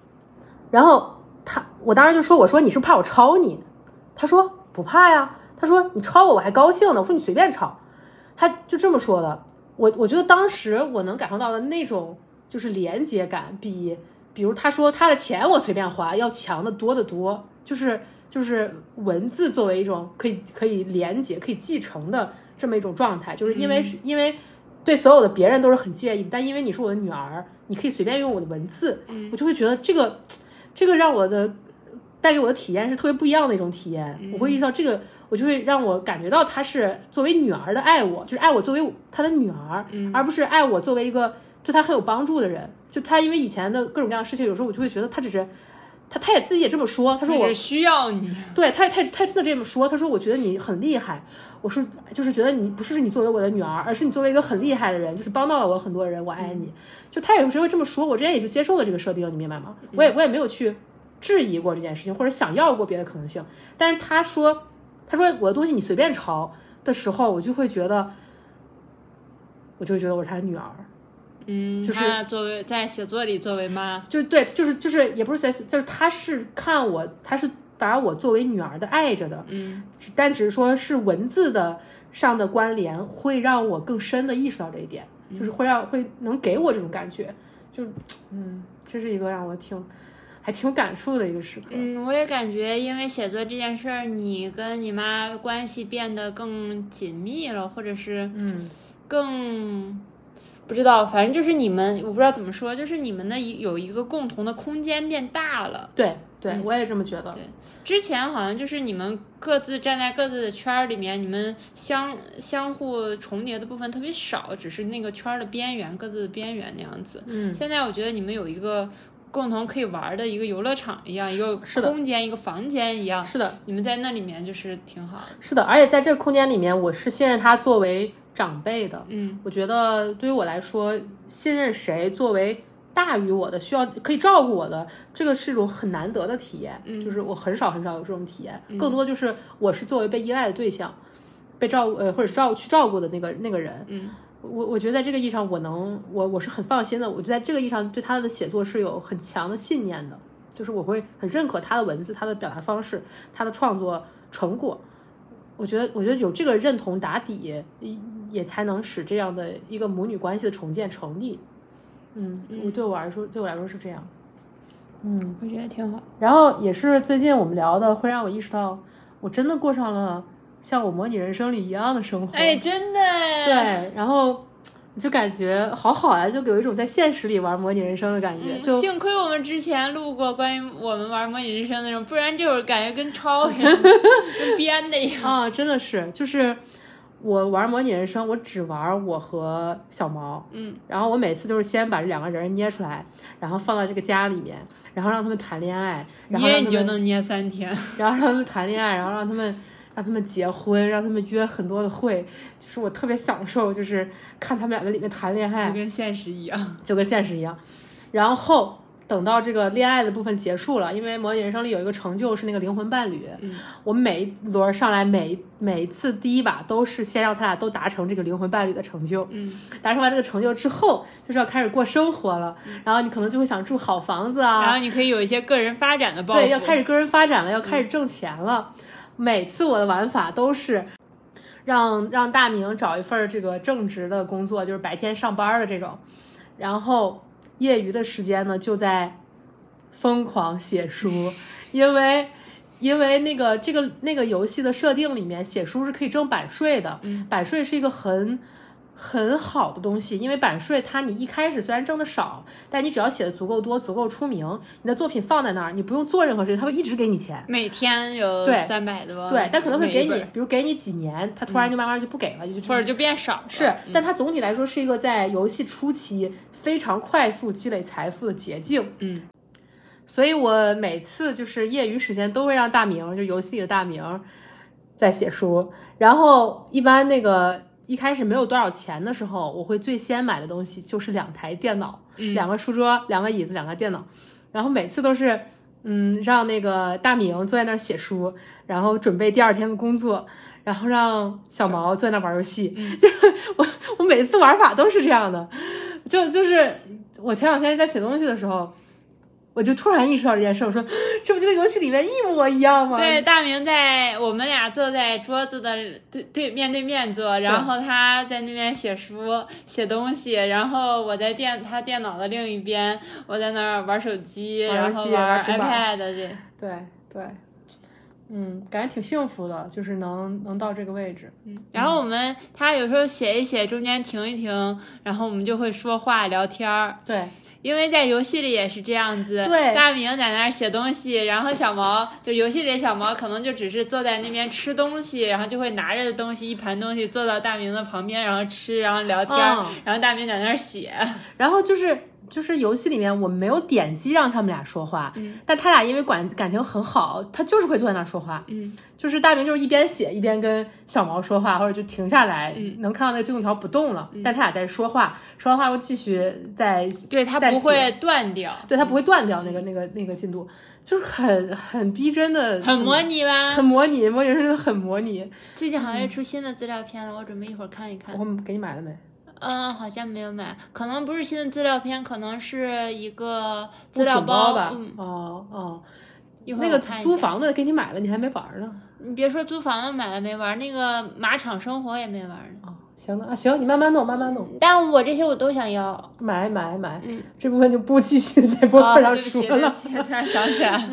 我当时就说，我说你是怕我抄你？他说不怕呀，他说你抄我还高兴呢，我说你随便抄，他就这么说的。我觉得当时我能感受到的那种就是连接感比如他说他的钱我随便花要强得多得多，就是文字作为一种可以连接可以继承的这么一种状态，就是因为对所有的别人都是很介意，但因为你是我的女儿，你可以随便用我的文字，我就会觉得这个让我的带给我的体验是特别不一样的一种体验，我会意识到这个，我就会让我感觉到他是作为女儿的爱我，就是爱我作为他的女儿，而不是爱我作为一个对他很有帮助的人。就他因为以前的各种各样的事情，有时候我就会觉得他只是他也自己也这么说，他说我需要你， 对他真的这么说，他说我觉得你很厉害，我说就是觉得你不是你作为我的女儿，而是你作为一个很厉害的人，就是帮到了我很多人，我爱你。就他有时候会这么说，我之前也就接受了这个设定，你明白吗？我也没有去质疑过这件事情，或者想要过别的可能性。但是他说我的东西你随便抄的时候，我就会觉得我是他的女儿。就是他作为在写作里作为妈， 就对，就是也不是就是他是看我，他是把我作为女儿的爱着的，但只是说是文字的上的关联会让我更深的意识到这一点，就是会能给我这种感觉，就这是一个让我挺还挺有感触的一个时刻。 我也感觉因为写作这件事儿，你跟你妈关系变得更紧密了，或者是更不知道，反正就是你们，我不知道怎么说，就是你们的有一个共同的空间变大了。 对，我也这么觉得。 对，之前好像就是你们各自站在各自的圈里面，你们相互重叠的部分特别少，只是那个圈的边缘，各自的边缘那样子。现在我觉得你们有一个共同可以玩的一个游乐场一样，一个空间，一个房间一样。 是的， 你们在那里面就是挺好的。 是的，而且在这个空间里面，我是信任他作为长辈的。我觉得对于我来说，信任谁作为大于我的，需要可以照顾我的，这个是一种很难得的体验。就是我很少有这种体验，更多就是我是作为被依赖的对象，被照顾或者去照顾的那个人。我觉得在这个意义上，我是很放心的。我就在这个意义上对他的写作是有很强的信念的，就是我会很认可他的文字、他的表达方式、他的创作成果。我觉得有这个认同打底，也才能使这样的一个母女关系的重建成立。对我来说是这样。 我觉得挺好。 然后也是最近我们聊的，会让我意识到，我真的过上了像我模拟人生里一样的生活。 哎，真的。 对，然后就感觉好好呀，就有一种在现实里玩模拟人生的感觉。就幸亏我们之前录过关于我们玩模拟人生那种，不然这会儿感觉跟抄一样，跟编的一样啊！真的是，就是我玩模拟人生，我只玩我和小毛。然后我每次就是先把这两个人捏出来，然后放到这个家里面，然后让他们谈恋爱， 捏你就能捏3天， 然后让他们谈恋爱，然后让他们结婚，让他们约很多的会，就是我特别享受，就是看他们俩在里面谈恋爱， 就跟现实一样。 然后等到这个恋爱的部分结束了，因为模拟人生里有一个成就是那个灵魂伴侣。我每一轮上来，每一次第一把都是先让他俩都达成这个灵魂伴侣的成就。达成完这个成就之后，就是要开始过生活了。然后你可能就会想住好房子啊， 然后你可以有一些个人发展的抱负。 对，要开始个人发展了，要开始挣钱了。每次我的玩法都是让大明找一份这个正职的工作，就是白天上班的这种，然后业余的时间呢就在疯狂写书。因为那个游戏的设定里面，写书是可以挣版税的。版税是一个很好的东西，因为版税你一开始虽然挣的少，但你只要写的足够多，足够出名，你的作品放在那儿，你不用做任何事情，他会一直给你钱， 每天有300多。 对，但可能会给你，比如给你几年，他突然就慢慢就不给了， 或者就变少了。 是，但它总体来说是一个在游戏初期非常快速积累财富的捷径。所以我每次就是业余时间都会让大明，就游戏里的大明在写书。然后一般一开始没有多少钱的时候，我会最先买的东西就是2台电脑，2个书桌，2个椅子，2个电脑。然后每次都是让那个大明坐在那儿写书，然后准备第2天的工作，然后让小毛坐在那玩游戏。就我每次玩法都是这样的。就是我前2天在写东西的时候，我就突然意识到这件事，我说这不就跟游戏里面一模一样吗？ 对，大明我们俩坐在桌子的面对面坐，然后他在那边写书写东西，然后我在他电脑的另一边，我在那儿玩手机，然后玩 iPad 对，感觉挺幸福的，就是能到这个位置。 然后他有时候写一写，中间停一停，然后我们就会说话聊天。 对。 因为在游戏里也是这样子， 对， 大明在那儿写东西，然后小毛就游戏里的小毛可能就只是坐在那边吃东西，然后就会拿着东西一盘东西坐到大明的旁边，然后吃，然后聊天，然后大明在那儿写， 然后就是游戏里面我没有点击让他们俩说话，但他俩因为感情很好，他就是会坐在那儿说话，就是大明就是一边写一边跟小毛说话，或者就停下来，能看到那个进度条不动了，但他俩在说话，说完话又继续对，他不会断掉， 对，他不会断掉那个进度，就是很逼真的， 很模拟吧， 很模拟，模拟人生很模拟。 最近好像又出新的资料片了，我准备一会儿看一看。 我给你买了没？ 好像没有买，可能不是新的资料片，可能是一个资料包吧。那个租房的给你买了，你还没玩呢。 你别说租房的买了没玩，那个马场生活也没玩呢。 行的啊，行，你慢慢弄，慢慢弄。 但我这些我都想要， 买，这部分就不继续在播客上说了。 对不起，突然想起来。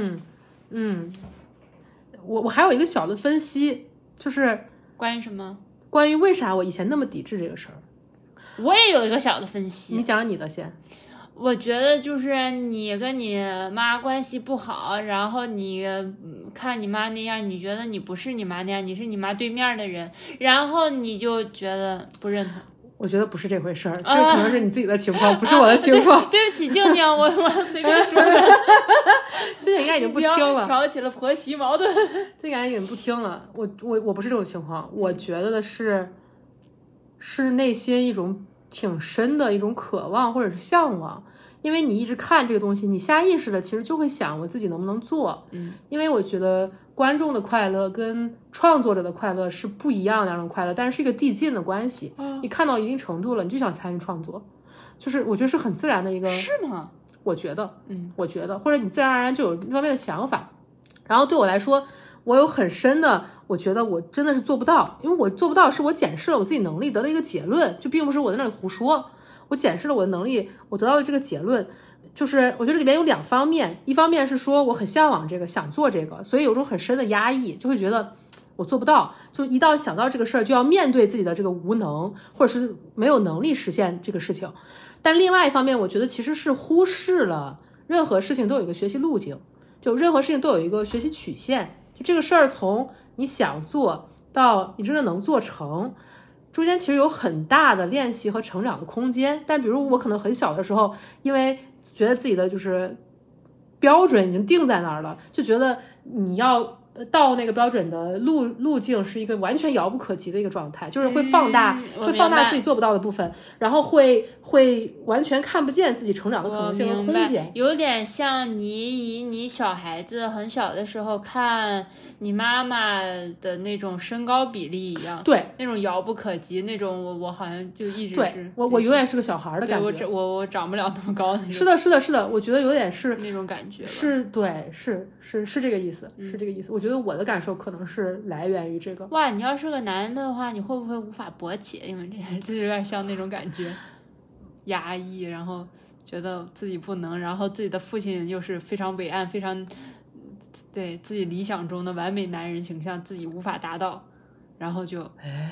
我还有一个小的分析，就是关于什么？ 关于为啥我以前那么抵制这个事儿。 我也有一个小的分析， 你讲你的先。 我觉得就是你跟你妈关系不好，然后你看你妈那样，你觉得你不是你妈那样，你是你妈对面的人，然后你就觉得不认同。 我觉得不是这回事儿，这可能是你自己的情况，不是我的情况。 对不起，静静，我随便说的。 静静应该已经不听了， 挑起了婆媳矛盾。 静静已经不听了。我不是这种情况，我觉得的是内心一种挺深的一种渴望或者是向往，因为你一直看这个东西，你下意识的其实就会想我自己能不能做。因为我觉得观众的快乐跟创作者的快乐是不一样的两种快乐，但是是一个递进的关系。你看到一定程度了，你就想参与创作，就是我觉得是很自然的一个。 是吗？ 我觉得，或者你自然而然就有这方面的想法。然后对我来说，我有很深的，我觉得我真的是做不到，因为我做不到是我检视了我自己能力得了一个结论，就并不是我在那里胡说。我检视了我的能力，我得到了这个结论，就是我觉得这里面有两方面，一方面是说我很向往这个，想做这个，所以有种很深的压抑，就会觉得我做不到，就一到想到这个事儿就要面对自己的这个无能，或者是没有能力实现这个事情。但另外一方面，我觉得其实是忽视了任何事情都有一个学习路径，就任何事情都有一个学习曲线，就这个事儿从你想做到你真的能做成，中间其实有很大的练习和成长的空间。但比如我可能很小的时候，因为觉得自己的就是标准已经定在那儿了，就觉得你要到那个标准的路径是一个完全遥不可及的一个状态，就是会放大自己做不到的部分，然后会完全看不见自己成长的可能性和空间。 有点像你小孩子很小的时候看你妈妈的那种身高比例一样， 对， 那种遥不可及，那种我好像就一直是我永远是个小孩的感觉。 对，我长不了那么高那种。 是的，我觉得有点是那种感觉。 是，对，是这个意思，是这个意思。我觉得我的感受可能是来源于这个。 哇，你要是个男的话，你会不会无法勃起？因为这有点像那种感觉，压抑，然后觉得自己不能，然后自己的父亲又是非常伟岸，非常对自己理想中的完美男人形象，自己无法达到，然后就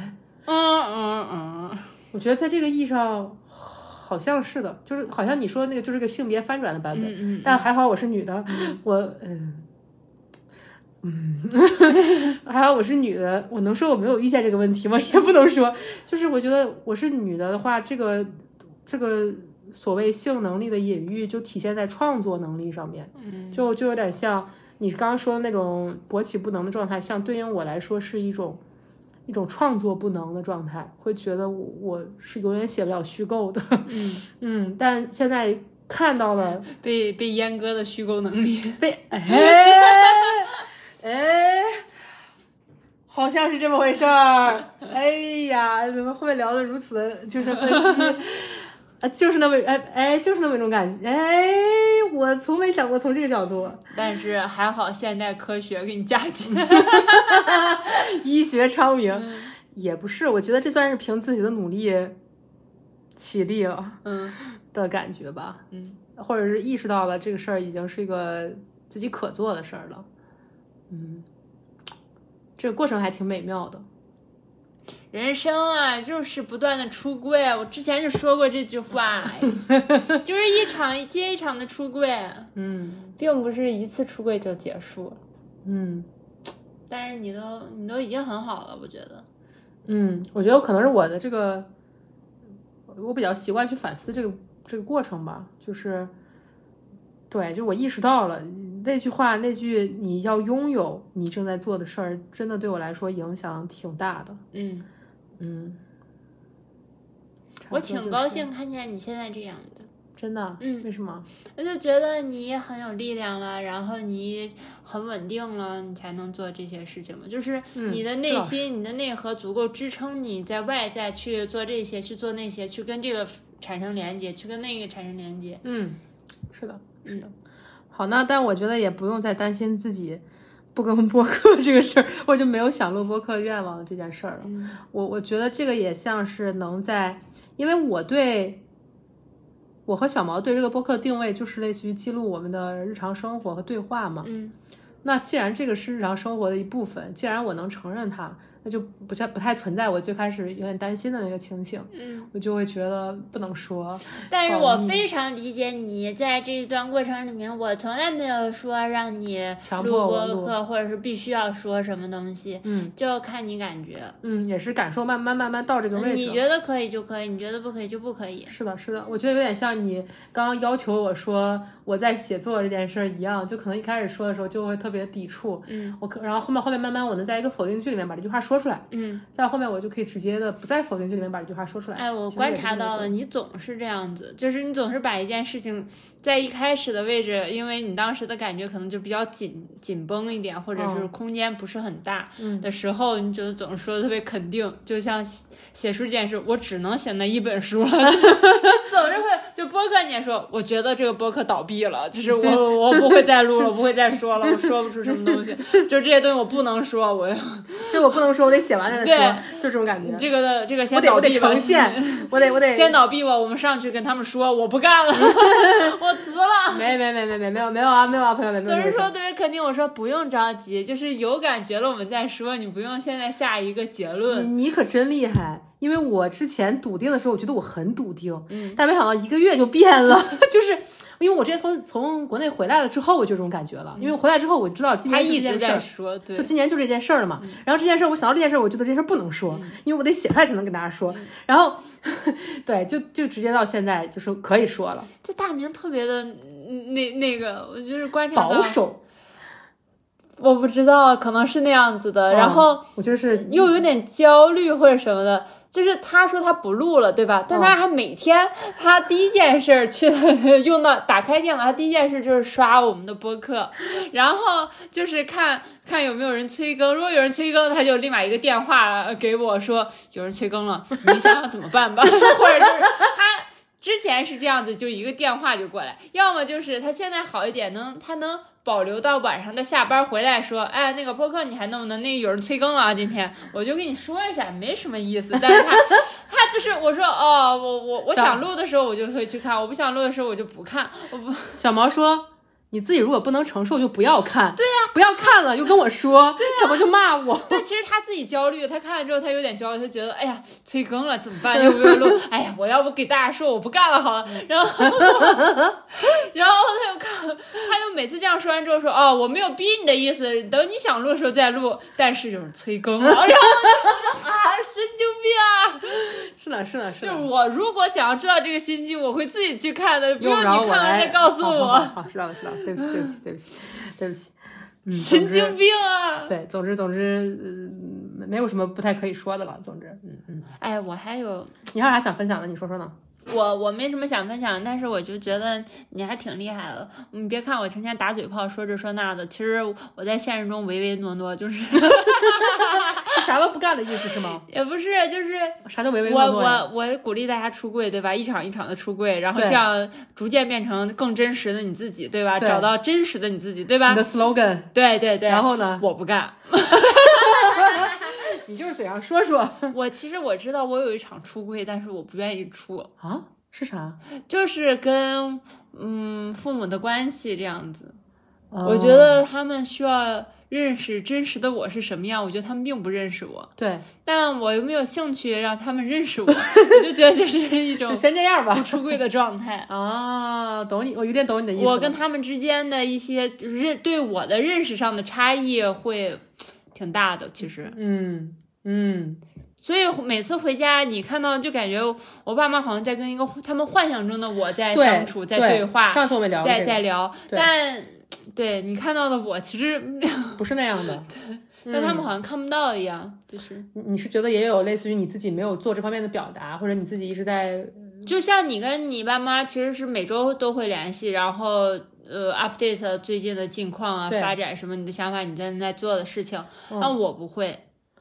我觉得在这个意义上好像是的，就是好像你说那个就是个性别翻转的版本，但还好我是女的，还好我是女的，我能说我没有遇见这个问题吗？也不能说，就是我觉得我是女的话，这个所谓性能力的隐喻就体现在创作能力上面，就有点像你刚刚说的那种勃起不能的状态，像对应我来说是一种创作不能的状态，会觉得我是永远写不了虚构的，但现在看到了被阉割的虚构能力， 好像是这么回事儿。哎呀，怎么后面聊的如此的精神分析啊？就是那么就是那么一种感觉。我从没想过从这个角度。 但是还好现代科学给你加进医学昌明，也不是，我觉得这算是凭自己的努力起立了，的感觉吧，或者是意识到了这个事儿已经是一个自己可做的事儿了，这个过程还挺美妙的。 人生啊，就是不断的出柜。我之前就说过这句话，就是一场接一场的出柜，并不是一次出柜就结束了，但是你都已经很好了，我觉得， 我觉得可能是我的这个，我比较习惯去反思这个过程吧，就是对，就我意识到了那句你要拥有你正在做的事儿，真的对我来说影响挺大的。 我挺高兴看见你现在这样子， 真的。为什么？ 我就觉得你很有力量了，然后你很稳定了，你才能做这些事情嘛。就是你的内心、你的内核足够支撑你在外在去做这些、去做那些、去跟这个产生连接、去跟那个产生连接。 是的。好，那但我觉得也不用再担心自己不更播客这个事儿，我就没有想录播客愿望的这件事儿了。我觉得这个也像是能在，因为我和小毛对这个播客定位就是类似于记录我们的日常生活和对话嘛。那既然这个是日常生活的一部分，既然我能承认它，那就不太存在我最开始有点担心的那个情形。我就会觉得不能说。 但是我非常理解你在这一段过程里面，我从来没有说让你录播客或者是必须要说什么东西，就看你感觉。 也是感受慢慢到这个位置。 你觉得可以就可以，你觉得不可以就不可以。 是的，我觉得有点像你刚刚要求我说我在写作这件事一样，就可能一开始说的时候就会特别抵触，然后后面慢慢我能在一个否定句里面把这句话说出来，在后面我就可以直接的不在否定句里面把这句话说出来。 我观察到了，你总是这样子，就是你总是把一件事情在一开始的位置，因为你当时的感觉可能就比较紧绷一点，或者是空间不是很大的时候，你就总是说的特别肯定，就像写书这件事，我只能写那一本书了，总是会就播客你也说，我觉得这个播客倒闭了，就是我不会再录了，不会再说了，我说不出什么东西，就这些东西我不能说，我不能说，我得写完再说，就这种感觉。 这个先倒闭吧， 我得呈现，我得先倒闭吧，我们上去跟他们说我不干了，我辞了。 没有啊，朋友们， 总是说特别肯定，我说不用着急，就是有感觉了我们再说，你不用现在下一个结论。 你可真厉害。因为我之前笃定的时候，我觉得我很笃定，但没想到1个月就变了，就是因为我之前从国内回来了之后，我就这种感觉了。因为我回来之后，我知道今年他一直在说，对， 就今年就这件事儿了嘛。然后这件事儿，我想到这件事儿，我觉得这件事儿不能说，因为我得写出来才能跟大家说。然后，对，就直接到现在就是可以说了。 这大明特别的那个，我就是观察到保守。 我不知道，可能是那样子的，然后我觉得是又有点焦虑或者什么的。就是他说他不录了，对吧？但他还每天，他第一件事去打开电脑，他第一件事就是刷我们的播客，然后就是看有没有人催更。如果有人催更，他就立马一个电话给我说有人催更了，你想想怎么办吧？或者就是他之前是这样子，就一个电话就过来，要么就是他现在好一点，他能保留到晚上的下班回来说，哎，那个播客你还能不能？那个有人催更了啊，今天我就跟你说一下，没什么意思。但是他就是我说我想录的时候我就会去看，我不想录的时候我就不看。 小毛说。你自己如果不能承受就不要看。 对呀， 不要看了又跟我说， 对呀， 小毛就骂我。 但其实他自己焦虑，他看了之后他有点焦虑，他觉得哎呀催更了怎么办？又不又录？哎呀，我要不给大家说我不干了好了。然后他又看，他就每次这样说完之后说我没有逼你的意思，等你想录的时候再录，但是就是催更了。然后我就神经病啊！ 是的。 就是我如果想要知道这个信息，我会自己去看的，不用你看完再告诉我。 好，知道了，对不起， 神经病啊！ 对，总之，没有什么不太可以说的了。总之， 哎，我还有， 你还有啥想分享的？你说说呢？ 我没什么想分享，但是我就觉得你还挺厉害的。你别看我成天打嘴炮说这说那的，其实我在现实中唯唯诺诺，就是啥都不干的意思是吗？ 也不是，就是啥都唯唯诺诺。 我鼓励大家出柜，对吧？一场一场的出柜，然后这样逐渐变成更真实的你自己，对吧？找到真实的你自己，对吧？ 你的 slogan。 对。 然后呢？ 我不干。 你就是嘴上说说。 其实我知道我有一场出柜，但是我不愿意出啊。是啥？ 就是跟父母的关系这样子。我觉得他们需要认识真实的我是什么样，我觉得他们并不认识我。 对， 但我又没有兴趣让他们认识我，我就觉得这是一种就先这样吧， 不出柜的状态啊。懂你，我有点懂你的意思。 我跟他们之间的一些对我的认识上的差异会挺大的，其实。所以每次回家，你看到就感觉我爸妈好像在跟一个他们幻想中的我在相处，在对话。 上次我们聊在聊，但对你看到的我其实不是那样的， 但他们好像看不到一样。就是你是觉得也有类似于你自己没有做这方面的表达，或者你自己一直在， 就像你跟你爸妈其实是每周都会联系，然后update 最近的近况啊，发展什么，你的想法，你正在做的事情，但我不会。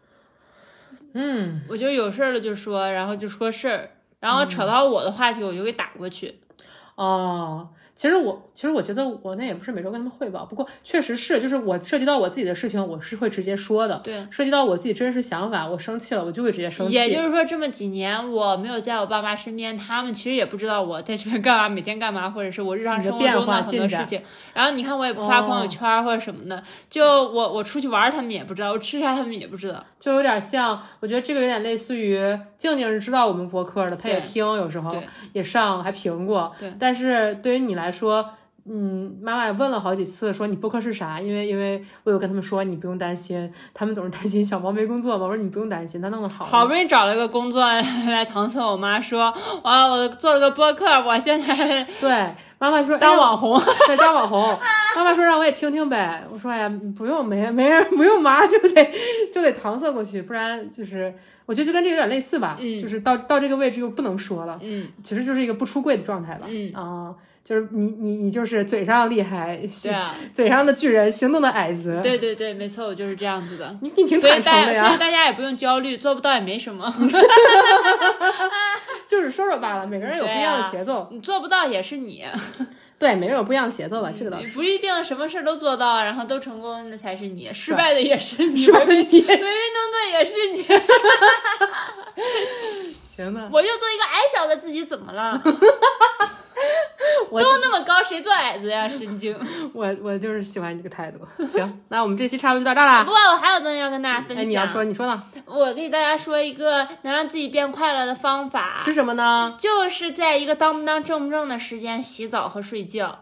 我就有事儿了就说，然后就说事儿，然后扯到我的话题我就给打过去。 其实我觉得我那也不是每周跟他们汇报，不过确实是，就是我涉及到我自己的事情，我是会直接说的。 对， 涉及到我自己真实想法，我生气了，我就会直接生气。 也就是说，这么几年我没有在我爸妈身边，他们其实也不知道我在这边干嘛，每天干嘛，或者是我日常生活中的很多事情。然后你看，我也不发朋友圈或者什么的，就我出去玩，他们也不知道；我吃啥，他们也不知道。就有点像，我觉得这个有点类似于静静是知道我们播客的，他也听，有时候也上，还评过。 对， 但是对于你来说。妈妈也问了好几次，说你播客是啥？因为我有跟他们说，你不用担心，他们总是担心小毛没工作嘛。我说你不用担心，他弄得好。 好不容易找了个工作来搪塞我妈说，哇，我做了个播客，我现在对妈妈说当网红， 对，当网红。妈妈说让我也听听呗。我说哎呀，不用，没人不用妈，就得搪塞过去，不然就是我觉得就跟这个有点类似吧。就是到这个位置又不能说了。其实就是一个不出柜的状态了。就是你就是嘴上厉害， 对啊， 嘴上的巨人，行动的矮子。 对对对，没错，我就是这样子的。 你挺坦诚的呀。 所以大家也不用焦虑，做不到也没什么。 就是说说罢了，每个人有不一样的节奏。 你做不到也是你。 对，每个人有不一样的节奏了，这个倒是。 不一定什么事都做到，然后都成功，那才是你。失败的也是你， 失败的也， 唯唯诺诺也是你。 行吧。 我就做一个矮小的自己，怎么了？都那么高，谁做矮子呀？神经！ 我就是喜欢你这个态度。行，那我们这期差不多就到这儿了。 不过我还有东西要跟大家分享。 你要说，你说呢？ 我给大家说一个能让自己变快乐的方法是什么呢？ 就是在一个当不当正不正的时间洗澡和睡觉。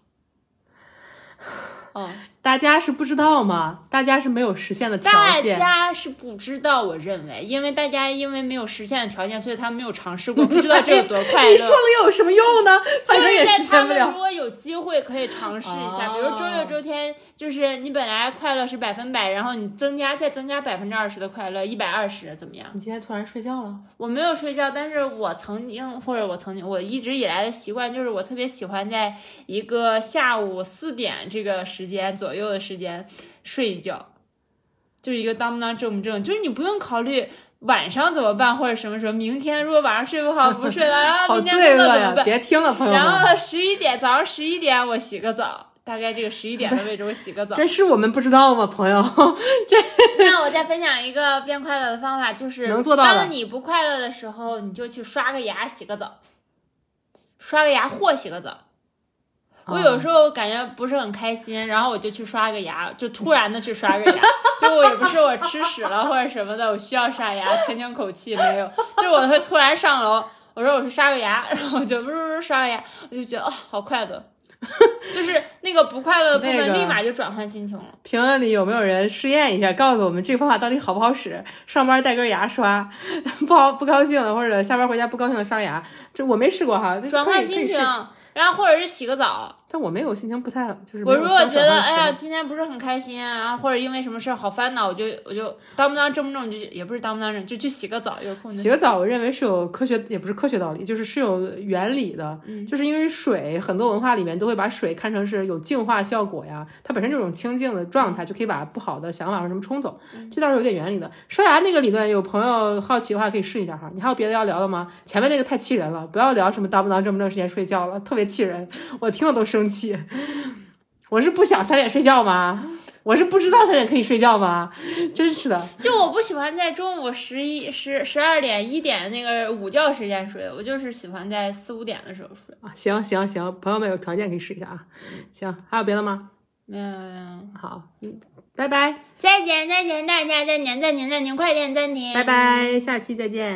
大家是不知道吗？大家是没有实现的条件。 大家是不知道，我认为，因为大家因为没有实现的条件，所以他们没有尝试过，不知道这有多快乐。 你说了有什么用呢？反正也实现不了。 就是在他们如果有机会可以尝试一下，比如周六周天，就是你本来快乐是100%，然后你再增加20%的快乐，120怎么样？ 你今天突然睡觉了？ 我没有睡觉，但是我我一直以来的习惯就是我特别喜欢在一个下午4点这个时间左右的时间睡一觉，就是一个当不当正不正，就是你不用考虑晚上怎么办或者什么时候，明天如果晚上睡不好不睡了，然后明天工作怎么办？ 别听了，朋友们。 然后早上11点我洗个澡，大概这个11点的位置我洗个澡。 这是我们不知道吗，朋友？ 那我再分享一个变快乐的方法，就是能做到当你不快乐的时候，你就去刷个牙洗个澡，刷个牙或洗个澡。我有时候感觉不是很开心，然后我就去刷个牙，就突然的去刷个牙，就我也不是我吃屎了或者什么的，我需要刷牙清口气，没有，就我会突然上楼，我说我去刷个牙，然后我就刷个牙，我就觉得好快乐。就是那个不快乐的部分立马就转换心情了。 评论里有没有人试验一下，告诉我们这个方法到底好不好使？上班带根牙刷，不高兴了，或者下班回家不高兴了刷牙，这我没试过哈。 转换心情，然后或者是洗个澡。 但我没有心情不太就是我如果觉得哎呀今天不是很开心啊，或者因为什么事好烦恼，我就当不当正不正就也不是当不当正，就去洗个澡，有空洗个澡。我认为是有科学，也不是科学道理，就是有原理的。就是因为水很多文化里面都会把水看成是有净化效果呀，它本身这种清净的状态就可以把不好的想法或什么冲走，这倒是有点原理的。刷牙那个理论有朋友好奇的话可以试一下哈。你还有别的要聊的吗？前面那个太气人了，不要聊什么当不当正不正时间睡觉了，特别气人，我听了都生气。我是不想3点睡觉吗？我是不知道3点可以睡觉吗？真是的， 就我不喜欢在中午12点1点那个午觉时间睡，我就是喜欢在4、5点的时候睡啊。行，朋友们有条件可以试一下啊。行，还有别的吗？ 没有。 好，拜拜， 再见，大家再见，快点暂停， 拜拜，下期再见。